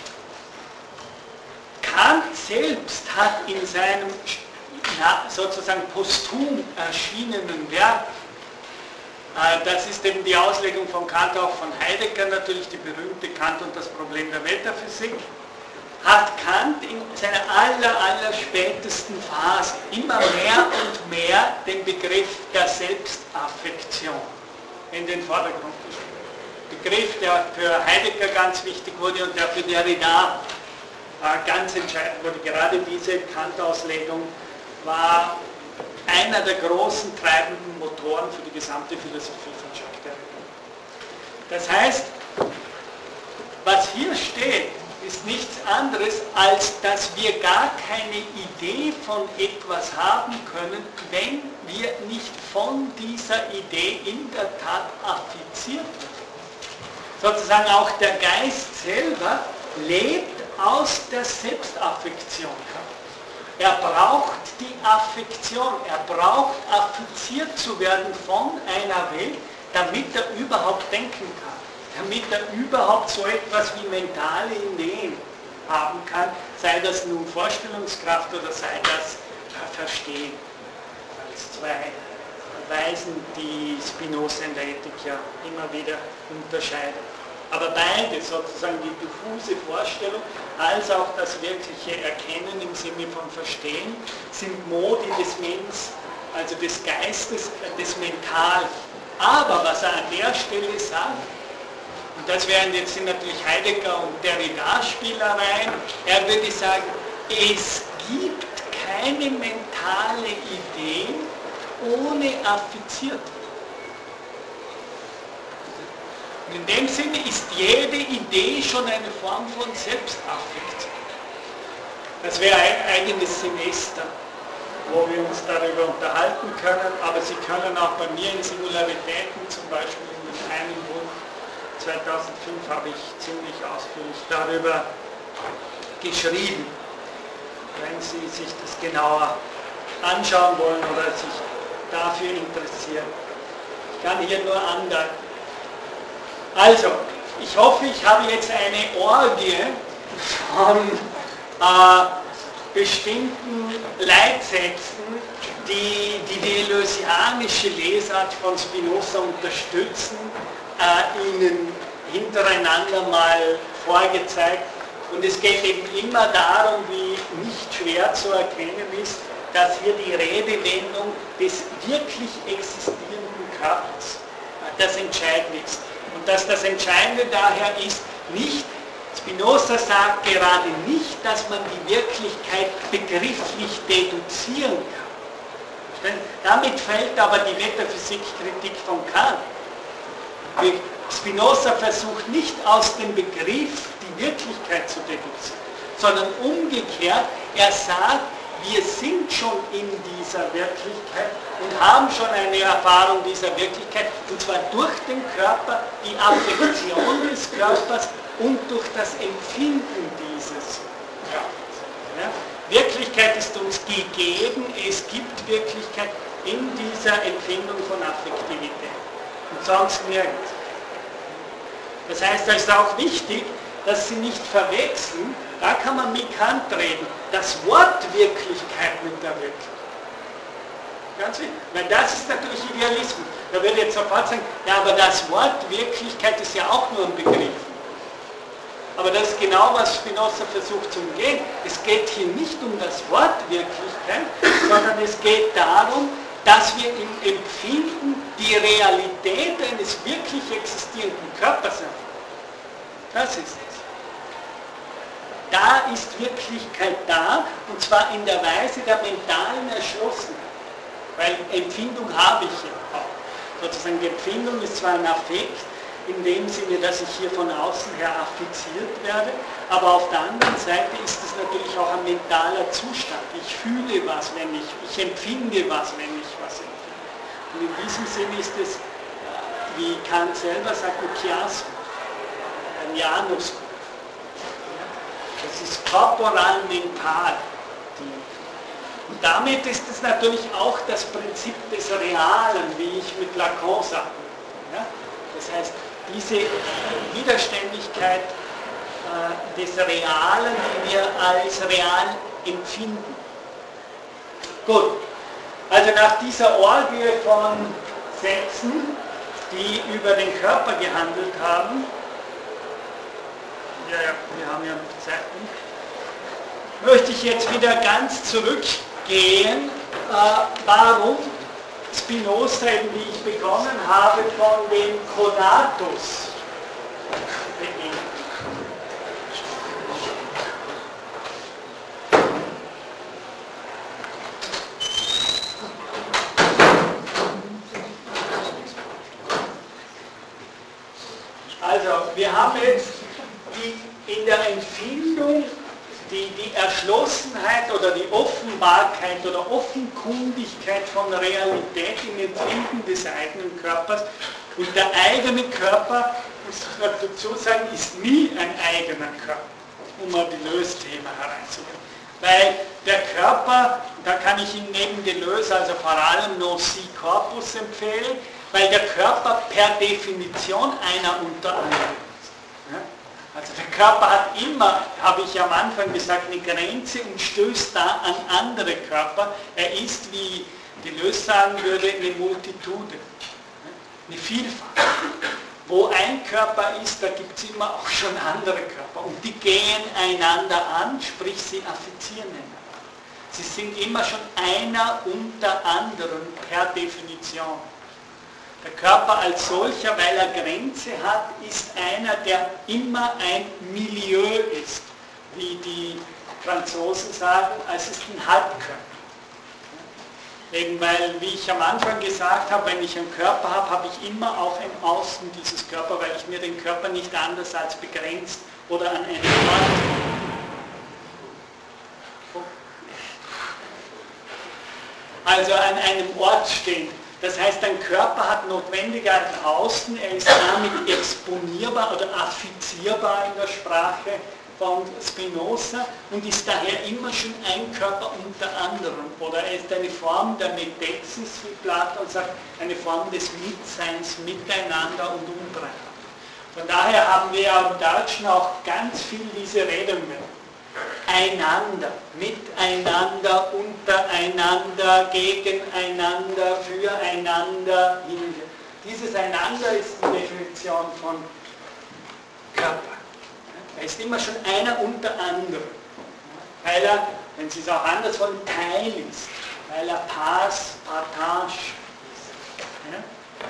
Kant selbst hat in seinem sozusagen posthum erschienenen Werk, das ist eben die Auslegung von Kant, auch von Heidegger natürlich, die berühmte Kant und das Problem der Metaphysik, hat Kant in seiner aller spätesten Phase immer mehr und mehr den Begriff der Selbstaffektion in den Vordergrund gestellt. Begriff, der für Heidegger ganz wichtig wurde und der für Derrida ganz entscheidend wurde. Gerade diese Kant-Auslegung war einer der großen treibenden Motoren für die gesamte Philosophie von Jacques Derrida. Das heißt, was hier steht, ist nichts anderes, als dass wir gar keine Idee von etwas haben können, wenn wir nicht von dieser Idee in der Tat affiziert werden. Sozusagen auch der Geist selber lebt aus der Selbstaffektion. Er braucht die Affektion, er braucht affiziert zu werden von einer Welt, damit er überhaupt denken kann, damit er überhaupt so etwas wie mentale Ideen haben kann, sei das nun Vorstellungskraft oder sei das Verstehen. Als zwei Weisen, die Spinoza in der Ethik ja immer wieder unterscheidet. Aber beide, sozusagen die diffuse Vorstellung als auch das wirkliche Erkennen im Sinne von Verstehen, sind Modi des Mens, also des Geistes, des Mentalen. Aber was er an der Stelle sagt, und das sind natürlich Heidegger und Derrida-Spielereien, er würde sagen, es gibt keine mentale Idee ohne affiziert. In dem Sinne ist jede Idee schon eine Form von Selbstaffektion. Das wäre ein eigenes Semester, wo wir uns darüber unterhalten können, aber Sie können auch bei mir in Singularitäten, zum Beispiel in einem Buch 2005 habe ich ziemlich ausführlich darüber geschrieben, wenn Sie sich das genauer anschauen wollen oder sich dafür interessieren. Ich kann hier nur andeuten. Also, ich hoffe, ich habe jetzt eine Orgie von bestimmten Leitsätzen, die deleuzianische Lesart von Spinoza unterstützen, Ihnen hintereinander mal vorgezeigt. Und es geht eben immer darum, wie nicht schwer zu erkennen ist, dass hier die Redewendung des wirklich existierenden Körpers das Entscheidende ist. Und dass das Entscheidende daher ist, nicht, Spinoza sagt gerade nicht, dass man die Wirklichkeit begrifflich deduzieren kann. Damit fällt aber die Metaphysikkritik von Kant. Spinoza versucht nicht aus dem Begriff die Wirklichkeit zu deduzieren, sondern umgekehrt, er sagt, wir sind schon in dieser Wirklichkeit und haben schon eine Erfahrung dieser Wirklichkeit, und zwar durch den Körper, die Affektion des Körpers und durch das Empfinden dieses, ja. Wirklichkeit ist uns gegeben, es gibt Wirklichkeit in dieser Empfindung von Affektivität und sonst nirgends. Das heißt, es ist auch wichtig, dass Sie nicht verwechseln, da kann man mit Kant reden, das Wort Wirklichkeit mit der Wirklichkeit. Ganz wichtig, weil das ist natürlich Idealismus. Da würde ich jetzt sofort sagen, ja, aber das Wort Wirklichkeit ist ja auch nur ein Begriff. Aber das ist genau, was Spinoza versucht zu umgehen. Es geht hier nicht um das Wort Wirklichkeit, sondern es geht darum, dass wir im Empfinden die Realität eines wirklich existierenden Körpers erfahren. Das ist es. Da ist Wirklichkeit da, und zwar in der Weise der mentalen Erschlossenheit. Weil Empfindung habe ich ja auch. Sozusagen die Empfindung ist zwar ein Affekt, in dem Sinne, dass ich hier von außen her affiziert werde, aber auf der anderen Seite ist es natürlich auch ein mentaler Zustand. Ich fühle was, wenn ich empfinde was, wenn ich was empfinde. Und in diesem Sinne ist es, wie Kant selber sagt, ein Chiasmus, ein Janus. Das ist korporal-mental. Und damit ist es natürlich auch das Prinzip des Realen, wie ich mit Lacan sage. Ja? Das heißt, diese Widerständigkeit des Realen, die wir als real empfinden. Gut, also nach dieser Orgie von Sätzen, die über den Körper gehandelt haben, ja, wir haben ja Zeit, möchte ich jetzt wieder ganz zurückgehen, warum Spinoza, eben wie ich begonnen habe, von dem Conatus beginnt. Also, wir haben jetzt in der Empfindung die Erschlossenheit oder die Offenbarkeit oder Offenkundigkeit von Realität im Empfinden des eigenen Körpers. Und der eigene Körper, muss ich dazu sagen, ist nie ein eigener Körper, um mal Deleuze-Thema hereinzugehen. Weil der Körper, da kann ich Ihnen neben Deleuze also vor allem Noci Corpus empfehlen, weil der Körper per Definition einer unter anderem ist. Ja? Also der Körper hat immer, habe ich am Anfang gesagt, eine Grenze und stößt da an andere Körper. Er ist, wie Deleuze sagen würde, eine Multitude, eine Vielfalt. Wo ein Körper ist, da gibt es immer auch schon andere Körper. Und die gehen einander an, sprich sie affizieren einander. Sie sind immer schon einer unter anderem per Definition. Der Körper als solcher, weil er Grenze hat, ist einer, der immer ein Milieu ist, wie die Franzosen sagen, es ist ein Halbkörper. Eben weil, wie ich am Anfang gesagt habe, wenn ich einen Körper habe, habe ich immer auch ein Außen dieses Körper, weil ich mir den Körper nicht anders als begrenzt oder an einem Ort. Also an einem Ort stehen. Das heißt, ein Körper hat notwendiger ein Außen, er ist damit exponierbar oder affizierbar in der Sprache von Spinoza und ist daher immer schon ein Körper unter anderem. Oder er ist eine Form der Metexis, wie Platon sagt, eine Form des Mitseins, Miteinander und Untereinander. Von daher haben wir ja im Deutschen auch ganz viel diese Redewendung. Einander, miteinander, untereinander, gegeneinander, füreinander, hinter. Dieses Einander ist die Definition von Körper. Er ist immer schon einer unter anderem, weil er, wenn Sie es auch anders wollen, Teil ist, weil er Partage ist. Ja?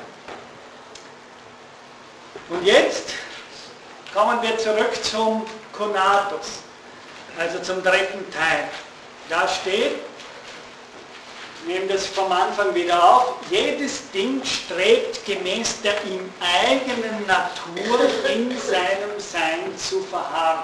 Und jetzt kommen wir zurück zum Conatus. Also zum dritten Teil. Da steht, ich nehme das vom Anfang wieder auf, jedes Ding strebt gemäß der ihm eigenen Natur in seinem Sein zu verharren.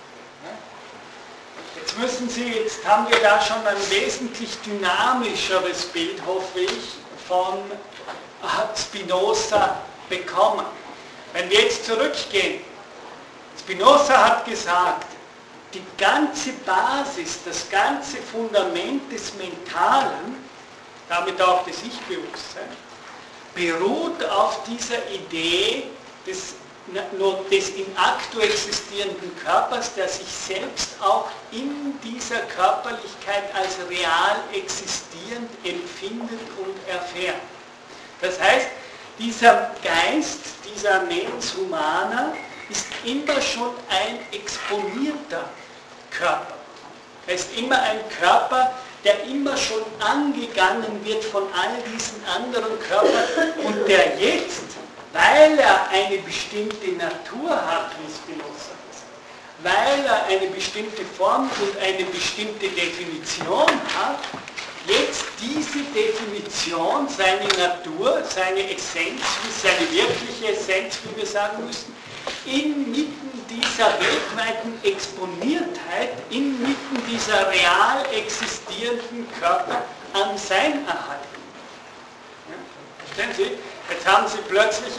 Jetzt haben wir da schon ein wesentlich dynamischeres Bild, hoffe ich, von Spinoza bekommen. Wenn wir jetzt zurückgehen, Spinoza hat gesagt, die ganze Basis, das ganze Fundament des Mentalen, damit auch des Ich-Bewusstseins, beruht auf dieser Idee des im Aktu existierenden Körpers, der sich selbst auch in dieser Körperlichkeit als real existierend empfindet und erfährt. Das heißt, dieser Geist, dieser Mens Humana, ist immer schon ein exponierter Körper. Er ist immer ein Körper, der immer schon angegangen wird von all diesen anderen Körpern und der jetzt, weil er eine bestimmte Natur hat, wie Spinoza sagt, weil er eine bestimmte Form und eine bestimmte Definition hat, jetzt diese Definition, seine Natur, seine Essenz, seine wirkliche Essenz, wie wir sagen müssen, inmitten dieser weltweiten Exponiertheit, inmitten dieser real existierenden Körper am Sein erhalten. Ja? Verstehen Sie? Jetzt haben Sie plötzlich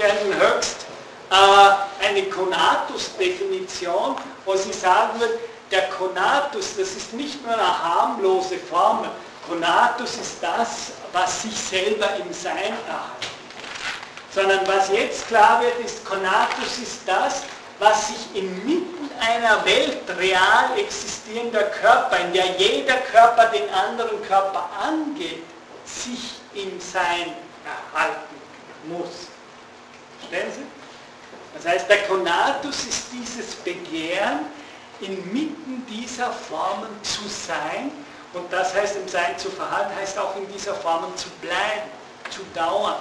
eine Konatus-Definition, wo Sie sagen würden, der Konatus, das ist nicht nur eine harmlose Formel. Konatus ist das, was sich selber im Sein erhält. Sondern was jetzt klar wird, ist, Konatus ist das, was sich inmitten einer Welt real existierender Körper, in der jeder Körper den anderen Körper angeht, sich im Sein erhalten muss. Verstehen Sie? Das heißt, der Konatus ist dieses Begehren, inmitten dieser Formen zu sein, und das heißt, im Sein zu verhalten, heißt auch in dieser Formen zu bleiben, zu dauern,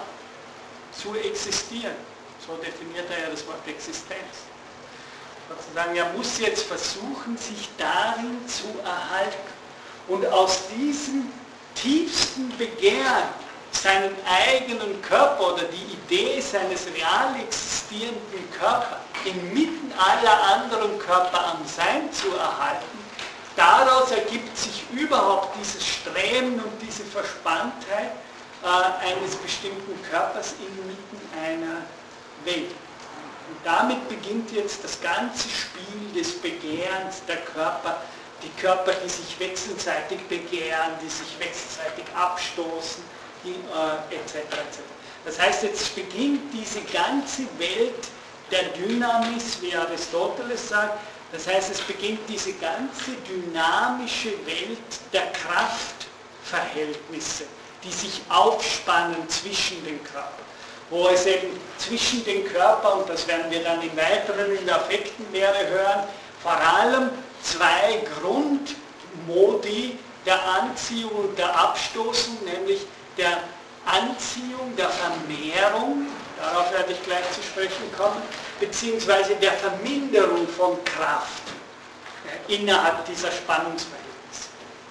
zu existieren. So definiert er ja das Wort Existenz. Sozusagen, er muss jetzt versuchen, sich darin zu erhalten. Und aus diesem tiefsten Begehren, seinen eigenen Körper oder die Idee seines real existierenden Körpers inmitten aller anderen Körper am Sein zu erhalten, daraus ergibt sich überhaupt dieses Streben und diese Verspanntheit eines bestimmten Körpers inmitten einer Welt. Und damit beginnt jetzt das ganze Spiel des Begehrens der Körper, die Körper, die sich wechselseitig begehren, die sich wechselseitig abstoßen, etc. etc. Das heißt, jetzt beginnt diese ganze Welt der Dynamis, wie Aristoteles sagt. Das heißt, es beginnt diese ganze dynamische Welt der Kraftverhältnisse, die sich aufspannen zwischen den Körpern. Wo es eben zwischen den Körpern, und das werden wir dann im Weiteren in der Affektenlehre hören, vor allem zwei Grundmodi der Anziehung und der Abstoßung, nämlich der Anziehung, der Vermehrung, darauf werde ich gleich zu sprechen kommen, beziehungsweise der Verminderung von Kraft innerhalb dieser Spannungsverhältnisse.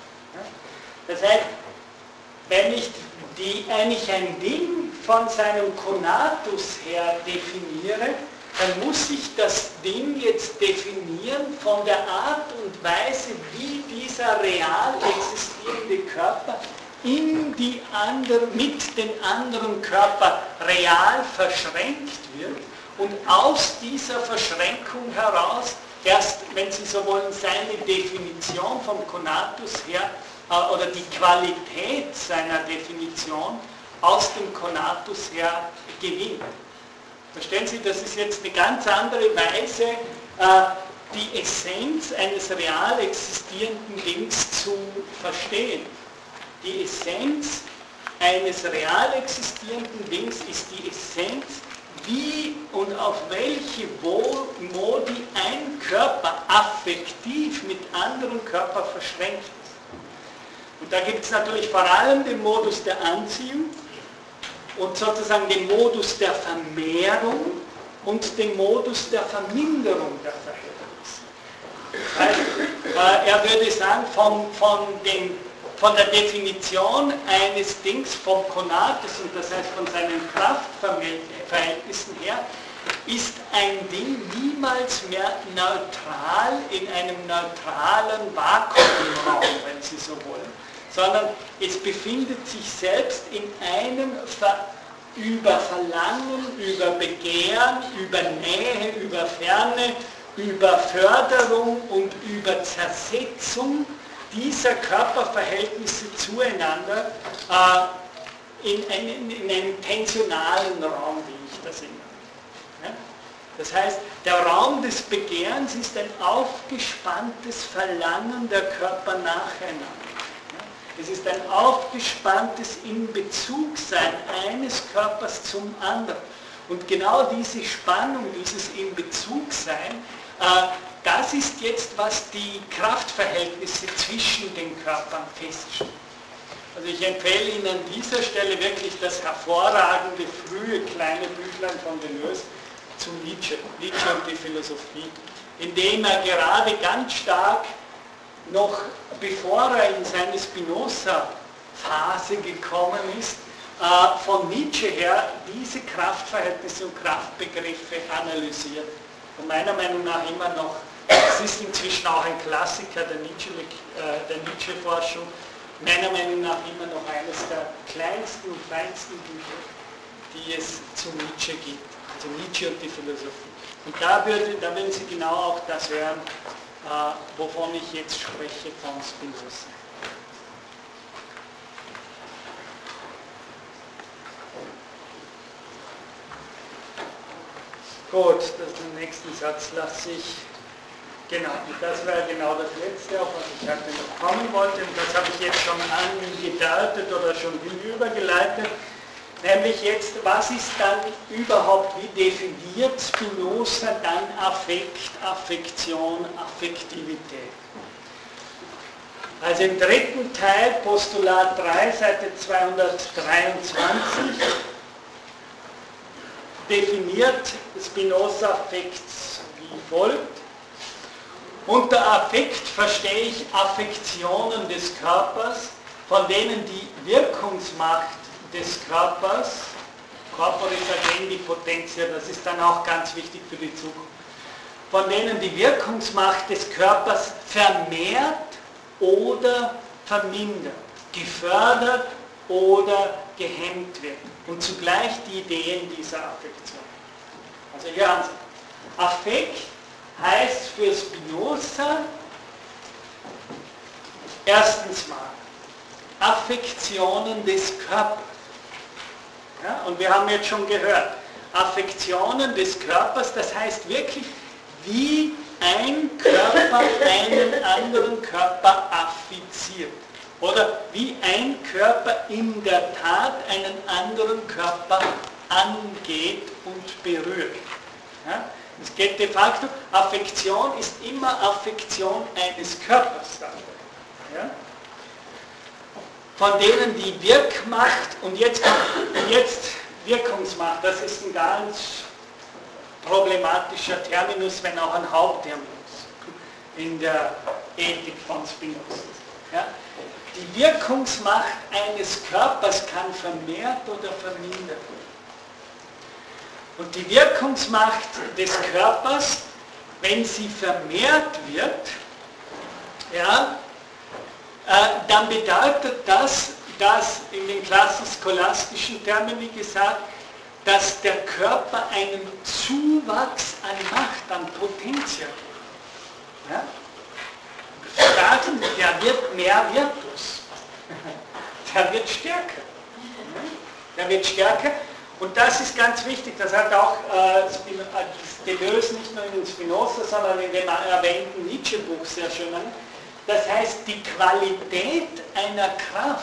Das heißt, wenn ich eigentlich ein Ding von seinem Konatus her definiere, dann muss ich das Ding jetzt definieren von der Art und Weise, wie dieser real existierende Körper mit den anderen Körpern real verschränkt wird und aus dieser Verschränkung heraus erst, wenn Sie so wollen, seine Definition vom Konatus her oder die Qualität seiner Definition aus dem Konatus her gewinnt. Verstehen Sie, das ist jetzt eine ganz andere Weise, die Essenz eines real existierenden Dings zu verstehen. Die Essenz eines real existierenden Dings ist die Essenz, wie und auf welche Modi ein Körper affektiv mit anderen Körpern verschränkt ist. Und da gibt es natürlich vor allem den Modus der Anziehung und sozusagen den Modus der Vermehrung und den Modus der Verminderung der Verhältnisse. Weil, er würde sagen, von der Definition eines Dings vom Konatus, und das heißt von seinen Kraftverhältnissen her, ist ein Ding niemals mehr neutral in einem neutralen Vakuumraum, wenn Sie so wollen, sondern es befindet sich selbst in einem über Verlangen, über Begehren, über Nähe, über Ferne, über Förderung und über Zersetzung dieser Körperverhältnisse zueinander in einem tensionalen Raum, wie ich das immer nenne. Ja? Das heißt, der Raum des Begehrens ist ein aufgespanntes Verlangen der Körper nacheinander. Ja? Es ist ein aufgespanntes Inbezugsein eines Körpers zum anderen. Und genau diese Spannung, dieses Inbezugsein, das ist jetzt, was die Kraftverhältnisse zwischen den Körpern feststellt. Also ich empfehle Ihnen an dieser Stelle wirklich das hervorragende, frühe, kleine Büchlein von Deleuze zu Nietzsche, Nietzsche und die Philosophie, in dem er gerade ganz stark, noch bevor er in seine Spinoza-Phase gekommen ist, von Nietzsche her diese Kraftverhältnisse und Kraftbegriffe analysiert. Und meiner Meinung nach immer noch, es ist inzwischen auch ein Klassiker der Nietzsche-Forschung, meiner Meinung nach immer noch eines der kleinsten und feinsten Bücher, die es zu Nietzsche gibt. Also Nietzsche und die Philosophie. Und da würden Sie genau auch das hören, wovon ich jetzt spreche, von Spinoza. Gut, den nächsten Satz lasse ich, genau, und das wäre genau das Letzte, auf was ich heute noch kommen wollte, und das habe ich jetzt schon angedeutet oder schon hinübergeleitet, nämlich jetzt, was ist dann überhaupt, wie definiert Spinoza dann Affekt, Affektion, Affektivität? Also im dritten Teil, Postulat 3, Seite 223, definiert Spinoza Affekt wie folgt. Unter Affekt verstehe ich Affektionen des Körpers, von denen die Wirkungsmacht des Körpers, corporis agendi potentia, das ist dann auch ganz wichtig für die Zukunft, von denen die Wirkungsmacht des Körpers vermehrt oder vermindert, gefördert oder gehemmt wird. Und zugleich die Ideen dieser Affektion. Also hier haben Sie. Affekt heißt für Spinoza erstens mal Affektionen des Körpers. Ja, und wir haben jetzt schon gehört, Affektionen des Körpers, das heißt wirklich, wie ein Körper einen anderen Körper affiziert. Oder wie ein Körper in der Tat einen anderen Körper angeht und berührt. Ja? Es geht de facto, Affektion ist immer Affektion eines Körpers. Ja? Von denen die Wirkmacht, und jetzt Wirkungsmacht, das ist ein ganz problematischer Terminus, wenn auch ein Hauptterminus in der Ethik von Spinoza. Ja? Die Wirkungsmacht eines Körpers kann vermehrt oder vermindert werden. Und die Wirkungsmacht des Körpers, wenn sie vermehrt wird, ja, dann bedeutet das, dass in den klassisch-scholastischen Termini gesagt, dass der Körper einen Zuwachs an Macht, an Potentia hat. Ja? Sagen, der wird mehr Virtus. Der wird stärker. Der wird stärker. Und das ist ganz wichtig. Das hat auch Deleuze nicht nur in Spinoza, sondern in dem erwähnten Nietzsche-Buch sehr schön an. Das heißt, die Qualität einer Kraft,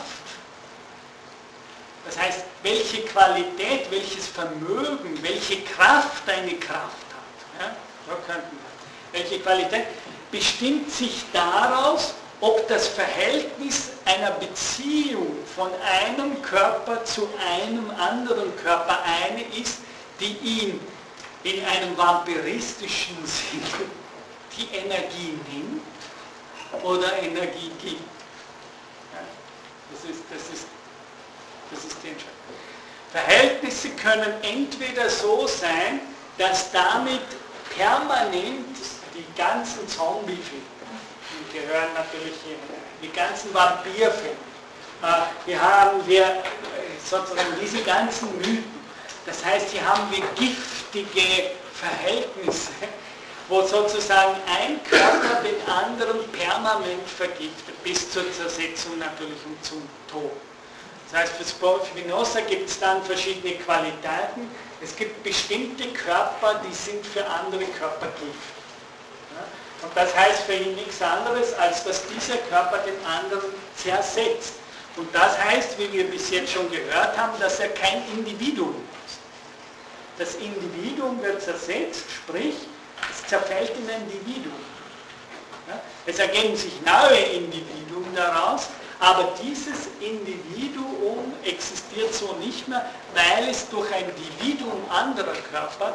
das heißt, welche Qualität, welches Vermögen, welche Kraft eine Kraft hat, ja, so könnten wir. Welche Qualität bestimmt sich daraus, ob das Verhältnis einer Beziehung von einem Körper zu einem anderen Körper eine ist, die ihm in einem vampiristischen Sinn die Energie nimmt oder Energie gibt. Ja, das ist die Entscheidung. Verhältnisse können entweder so sein, dass damit permanent die ganzen Zombie-Filme, die gehören natürlich hier, die ganzen Vampirfilme, wir sozusagen diese ganzen Mythen, das heißt, hier haben wir giftige Verhältnisse, wo sozusagen ein Körper den anderen permanent vergiftet, bis zur Zersetzung natürlich und zum Tod. Das heißt, für Spinoza gibt es dann verschiedene Qualitäten. Es gibt bestimmte Körper, die sind für andere Körper Gift. Ja? Und das heißt für ihn nichts anderes, als dass dieser Körper den anderen zersetzt. Und das heißt, wie wir bis jetzt schon gehört haben, dass er kein Individuum ist. Das Individuum wird zersetzt, sprich, es zerfällt in ein Individuum. Ja? Es ergeben sich neue Individuen daraus, aber dieses Individuum existiert so nicht mehr, weil es durch ein Dividuum anderer Körper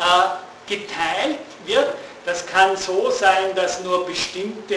geteilt wird. Das kann so sein, dass nur bestimmte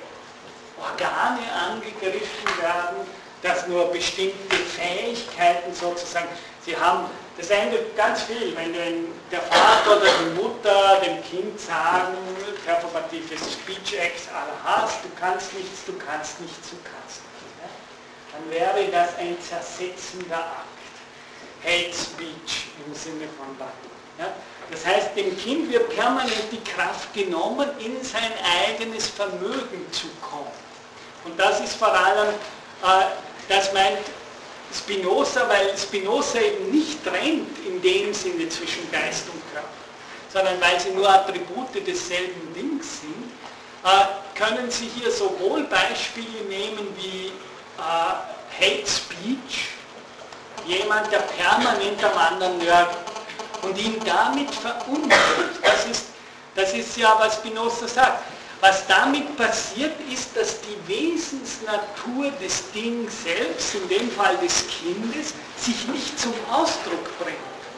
Organe angegriffen werden, dass nur bestimmte Fähigkeiten sozusagen, sie haben, das ändert ganz viel, wenn der Vater oder die Mutter dem Kind sagen, perforbatives Speech Acts à la hast, du kannst nichts, du kannst nichts, du kannst nichts. Ja? Dann wäre das ein zersetzender Akt. Hate Speech im Sinne von Button. Ja? Das heißt, dem Kind wird permanent die Kraft genommen, in sein eigenes Vermögen zu kommen. Und das ist vor allem, das meint Spinoza, weil Spinoza eben nicht trennt in dem Sinne zwischen Geist und Körper, sondern weil sie nur Attribute desselben Dings sind, können Sie hier sowohl Beispiele nehmen wie Hate Speech, jemand, der permanent am anderen nörgelt und ihn damit verunglückt. Das ist ja, was Spinoza sagt. Was damit passiert, ist, dass die Wesensnatur des Dings selbst, in dem Fall des Kindes, sich nicht zum Ausdruck bringt.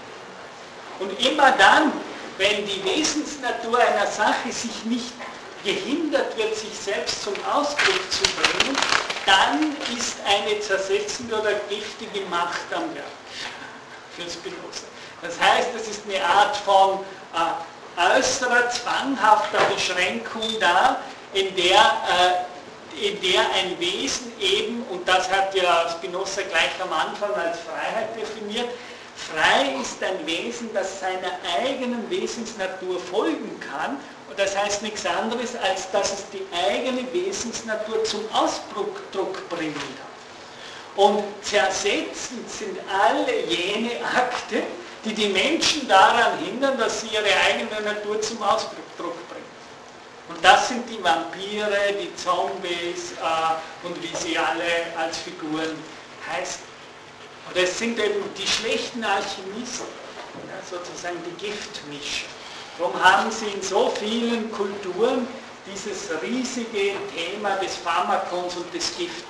Und immer dann, wenn die Wesensnatur einer Sache sich nicht gehindert wird, sich selbst zum Ausdruck zu bringen, dann ist eine zersetzende oder giftige Macht am Werk für Spinoza. Das heißt, es ist eine Art von äußerer, zwanghafter Beschränkung da, in der ein Wesen eben, und das hat ja Spinoza gleich am Anfang als Freiheit definiert, frei ist ein Wesen, das seiner eigenen Wesensnatur folgen kann, und das heißt nichts anderes, als dass es die eigene Wesensnatur zum Ausdruck bringen kann. Und zersetzend sind alle jene Akte, die die Menschen daran hindern, dass sie ihre eigene Natur zum Ausdruck bringen. Und das sind die Vampire, die Zombies und wie sie alle als Figuren heißen. Und es sind eben die schlechten Alchemisten, ja, sozusagen die Giftmischer. Darum haben sie in so vielen Kulturen dieses riesige Thema des Pharmakons und des Giftes.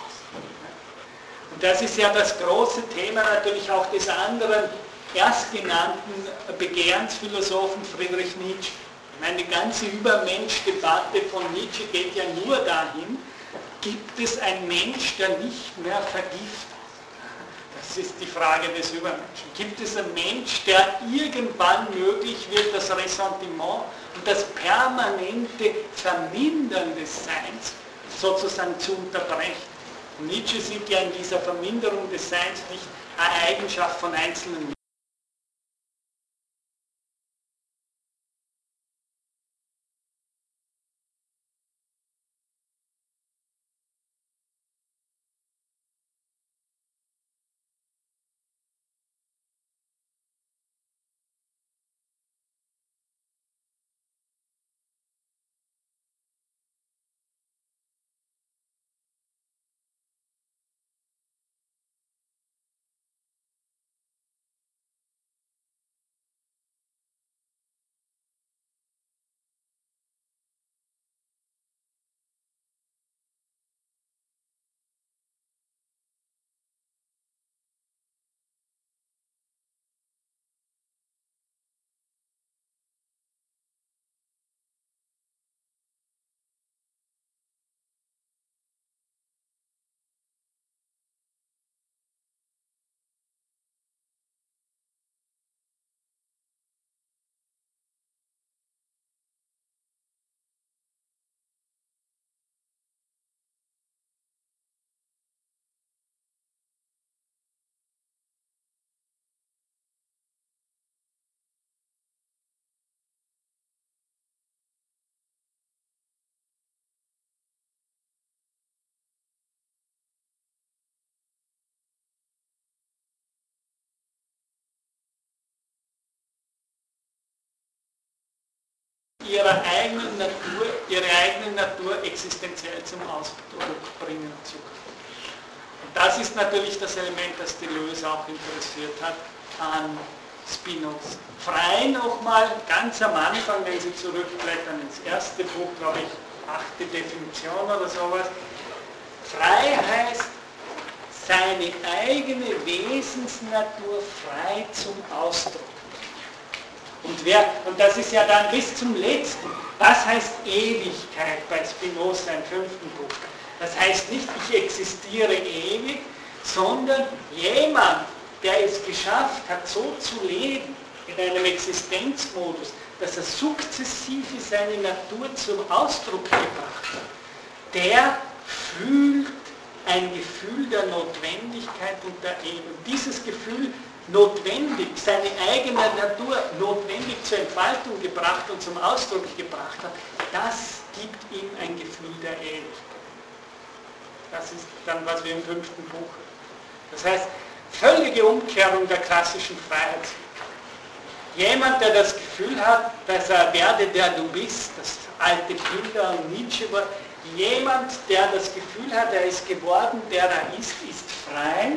Und das ist ja das große Thema natürlich auch des anderen erstgenannten Begehrensphilosophen Friedrich Nietzsche. Ich meine, die ganze Übermensch-Debatte von Nietzsche geht ja nur dahin, gibt es einen Mensch, der nicht mehr vergiftet? Das ist die Frage des Übermenschen. Gibt es einen Mensch, der irgendwann möglich wird, das Ressentiment und das permanente Vermindern des Seins sozusagen zu unterbrechen? Und Nietzsche sieht ja in dieser Verminderung des Seins nicht eine Eigenschaft von einzelnen Menschen. ihre eigene Natur existenziell zum Ausdruck bringen zu können. Und das ist natürlich das Element, das Deleuze auch interessiert hat an Spinoza. Frei nochmal, ganz am Anfang, wenn Sie zurückblättern ins erste Buch, glaube ich, 8. Definition oder sowas. Frei heißt, seine eigene Wesensnatur frei zum Ausdruck. Und das ist ja dann bis zum letzten. Was heißt Ewigkeit bei Spinoza im 5. Buch? Das heißt nicht, ich existiere ewig, sondern jemand, der es geschafft hat, so zu leben, in einem Existenzmodus, dass er sukzessive seine Natur zum Ausdruck gebracht hat, der fühlt ein Gefühl der Notwendigkeit und der Ehe. Und dieses Gefühl notwendig, seine eigene Natur notwendig zur Entfaltung gebracht und zum Ausdruck gebracht hat, das gibt ihm ein Gefühl der Ewigkeit. Das ist dann, was wir im 5. Buch haben. Das heißt, völlige Umkehrung der klassischen Freiheitsentwicklung. Jemand, der das Gefühl hat, dass er werde, der du bist, das alte Bilder und Nietzsche war, jemand, der das Gefühl hat, er ist geworden, der er ist frei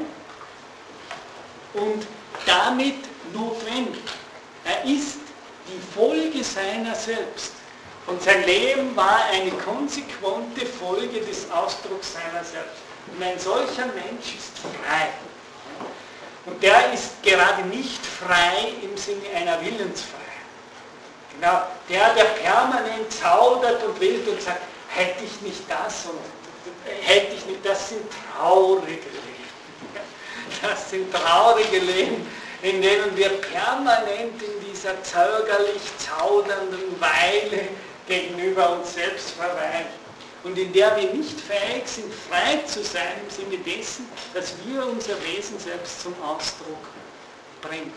und damit notwendig. Er ist die Folge seiner selbst. Und sein Leben war eine konsequente Folge des Ausdrucks seiner selbst. Und ein solcher Mensch ist frei. Und der ist gerade nicht frei im Sinne einer Willensfreiheit. Genau, der permanent zaudert und will und sagt, hätte ich nicht das und hätte ich nicht, das sind traurige Leben. Das sind traurige Leben, in denen wir permanent in dieser zögerlich zaudernden Weile gegenüber uns selbst verweilen. Und in der wir nicht fähig sind, frei zu sein im Sinne dessen, dass wir unser Wesen selbst zum Ausdruck bringen.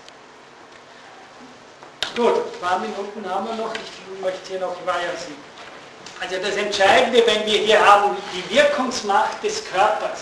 Gut, ein paar Minuten haben wir noch, ich möchte hier noch weitersehen. Also das Entscheidende, wenn wir hier haben, die Wirkungsmacht des Körpers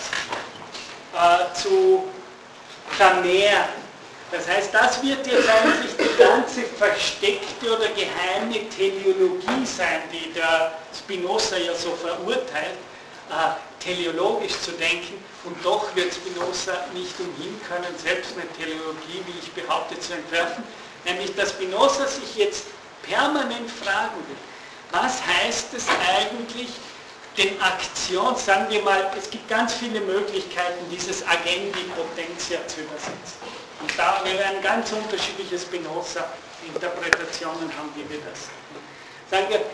zu vermehren. Das heißt, das wird jetzt eigentlich die ganze versteckte oder geheime Teleologie sein, die der Spinoza ja so verurteilt, teleologisch zu denken. Und doch wird Spinoza nicht umhin können, selbst eine Teleologie, wie ich behaupte, zu entwerfen. Nämlich, dass Spinoza sich jetzt permanent fragen will, was heißt es eigentlich, den sagen wir mal, es gibt ganz viele Möglichkeiten, dieses Agendi Potentia zu übersetzen. Und da wir werden ganz unterschiedliche Spinoza-Interpretationen haben, wie wir das sagen wir,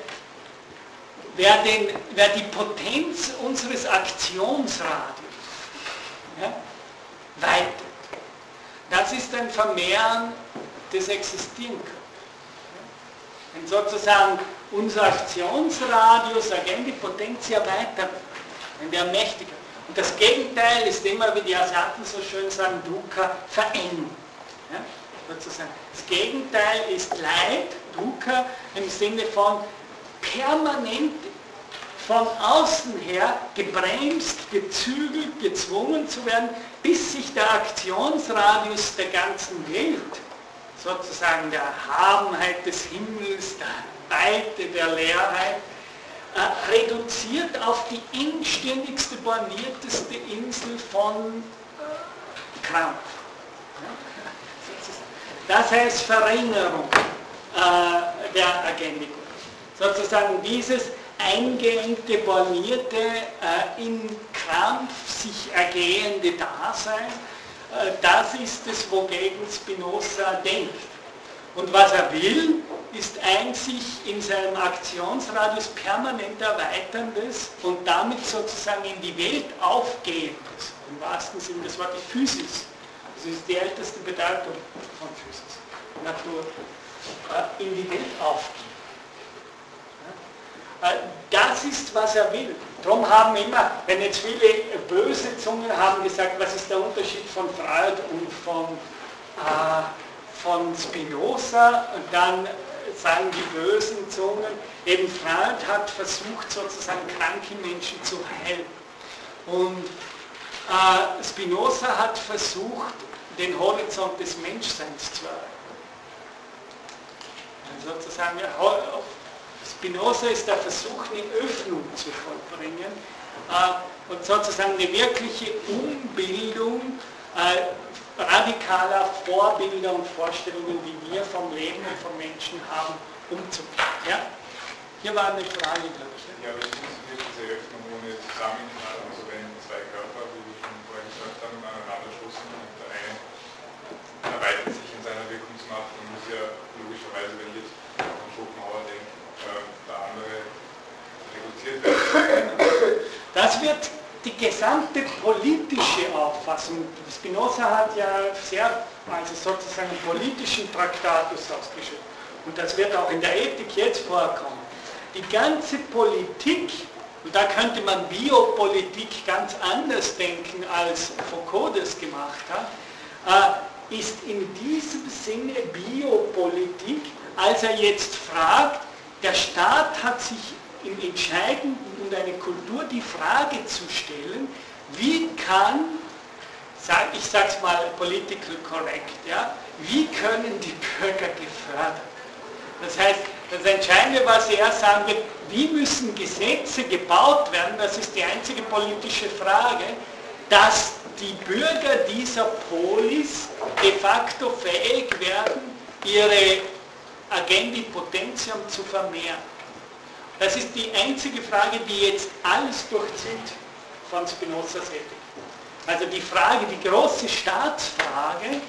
wer die Potenz unseres Aktionsradius weitet, das ist ein Vermehren des Existierenkönnens. Wenn sozusagen unser Aktionsradius, Agendi Potentia weiter, wenn wir mächtiger. Und das Gegenteil ist immer, wie die Asiaten so schön sagen, Dukkha, verengen. Ja, sozusagen. Das Gegenteil ist Leid, Dukkha, im Sinne von permanent von außen her gebremst, gezügelt, gezwungen zu werden, bis sich der Aktionsradius der ganzen Welt, sozusagen der Erhabenheit des Himmels, der Weite, der Leerheit, reduziert auf die engstirnigste, bornierteste Insel von Krampf. Das heißt Verringerung der Agendi. Sozusagen dieses eingeengte, bornierte, in Krampf sich ergehende Dasein, das ist es, wogegen Spinoza denkt. Und was er will, ist ein sich in seinem Aktionsradius permanent erweiterndes und damit sozusagen in die Welt aufgehendes, im wahrsten Sinne des Wortes, Physis. Das ist die älteste Bedeutung von Physis, Natur, in die Welt aufgehen. Das ist, was er will. Darum haben immer, wenn jetzt viele böse Zungen haben gesagt, was ist der Unterschied von Freud und von Spinoza, und dann sagen die bösen Zungen, eben Freud hat versucht, sozusagen kranke Menschen zu heilen. Und Spinoza hat versucht, den Horizont des Menschseins zu erreichen. Sozusagen, Spinoza ist der Versuch, eine Öffnung zu vollbringen und sozusagen eine wirkliche Umbildung radikaler Vorbilder und Vorstellungen, die wir vom Leben und vom Menschen haben, umzugehen. Ja? Hier war eine Frage, glaube ich. Ja, aber es funktioniert diese Öffnung ohne Zusammenhang. Also wenn zwei Körper, wie wir schon vorher gesagt haben, aneinander stoßen und der eine erweitert sich in seiner Wirkungsmacht, dann muss ja logischerweise, wenn ich jetzt an Schopenhauer denke, der andere reduziert werden. Das wird die gesamte politische Auffassung. Spinoza hat ja also sozusagen politischen Traktatus ausgeschrieben. Und das wird auch in der Ethik jetzt vorkommen. Die ganze Politik, und da könnte man Biopolitik ganz anders denken, als Foucault das gemacht hat, ist in diesem Sinne Biopolitik, als er jetzt fragt, der Staat hat sich im Entscheidenden und eine Kultur die Frage zu stellen, wie kann, ich sage es mal political correct, ja, wie können die Bürger gefördert? Das heißt, das Entscheidende, was er sagen wird, wie müssen Gesetze gebaut werden, das ist die einzige politische Frage, dass die Bürger dieser Polis de facto fähig werden, ihre Agendi Potentiam zu vermehren. Das ist die einzige Frage, die jetzt alles durchzieht von Spinozas Ethik. Also die Frage, die große Staatsfrage,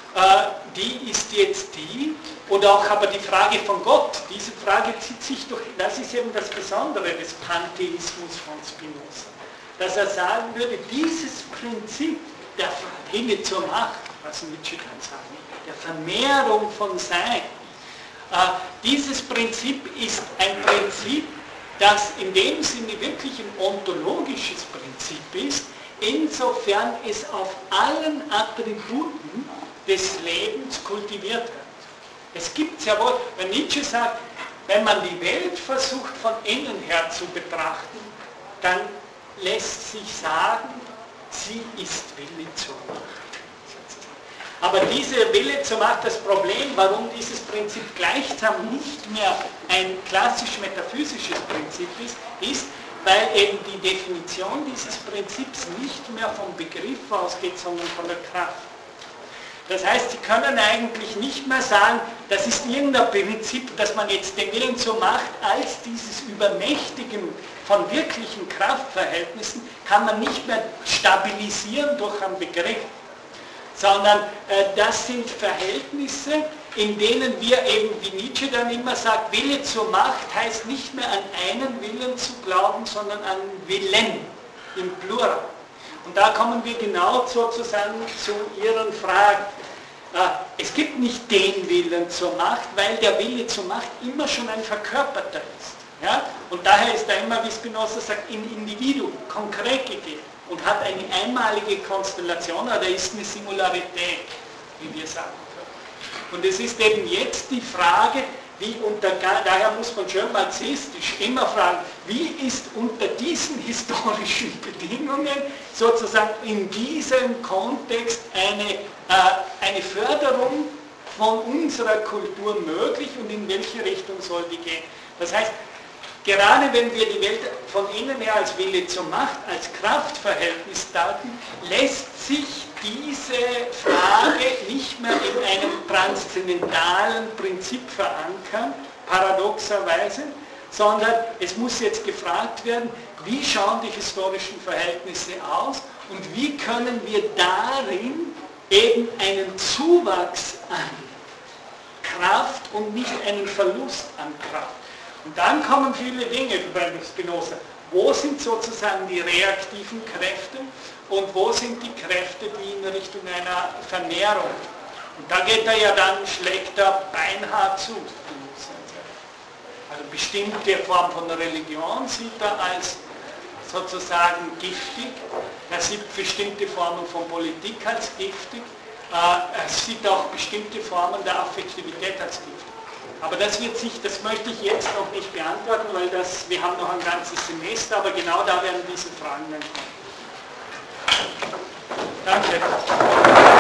die ist jetzt die, oder auch aber die Frage von Gott, diese Frage zieht sich durch, das ist eben das Besondere des Pantheismus von Spinoza, dass er sagen würde, dieses Prinzip der Wille zur Macht, was Nietzsche kann sagen, der Vermehrung von Sein, dieses Prinzip ist ein Prinzip, das in dem Sinne wirklich ein ontologisches Prinzip ist, insofern es auf allen Attributen des Lebens kultiviert wird. Es gibt ja wohl, wenn Nietzsche sagt, wenn man die Welt versucht von innen her zu betrachten, dann lässt sich sagen, sie ist Wille zur Macht. Aber dieser Wille zur Macht, das Problem, warum dieses Prinzip gleichsam nicht mehr ein klassisch metaphysisches Prinzip ist, weil eben die Definition dieses Prinzips nicht mehr vom Begriff ausgeht, sondern von der Kraft. Das heißt, Sie können eigentlich nicht mehr sagen, das ist irgendein Prinzip, dass man jetzt den Willen zur Macht als dieses Übermächtigen von wirklichen Kraftverhältnissen kann man nicht mehr stabilisieren durch einen Begriff, sondern das sind Verhältnisse, in denen wir eben, wie Nietzsche dann immer sagt, Wille zur Macht heißt nicht mehr an einen Willen zu glauben, sondern an Willen im Plural. Und da kommen wir genau sozusagen zu Ihren Fragen. Es gibt nicht den Willen zur Macht, weil der Wille zur Macht immer schon ein verkörperter ist. Ja? Und daher ist er immer, wie Spinoza sagt, im Individuum konkret gegeben und hat eine einmalige Konstellation, oder ist eine Singularität, wie wir sagen können. Und es ist eben jetzt die Frage, daher muss man schon marxistisch immer fragen, wie ist unter diesen historischen Bedingungen sozusagen in diesem Kontext eine Förderung von unserer Kultur möglich und in welche Richtung soll die gehen. Das heißt, gerade wenn wir die Welt von innen her als Wille zur Macht, als Kraftverhältnis daten, lässt sich diese Frage nicht mehr in einem transzendentalen Prinzip verankern, paradoxerweise, sondern es muss jetzt gefragt werden, wie schauen die historischen Verhältnisse aus und wie können wir darin eben einen Zuwachs an Kraft und nicht einen Verlust an Kraft. Und dann kommen viele Dinge bei Spinoza. Wo sind sozusagen die reaktiven Kräfte und wo sind die Kräfte, die in Richtung einer Vermehrung? Und da geht er ja dann, schlägt er beinhart zu. Also bestimmte Formen von Religion sieht er als sozusagen giftig. Er sieht bestimmte Formen von Politik als giftig. Er sieht auch bestimmte Formen der Affektivität als giftig. Aber das möchte ich jetzt noch nicht beantworten, weil wir haben noch ein ganzes Semester, aber genau da werden diese Fragen dann kommen. Danke.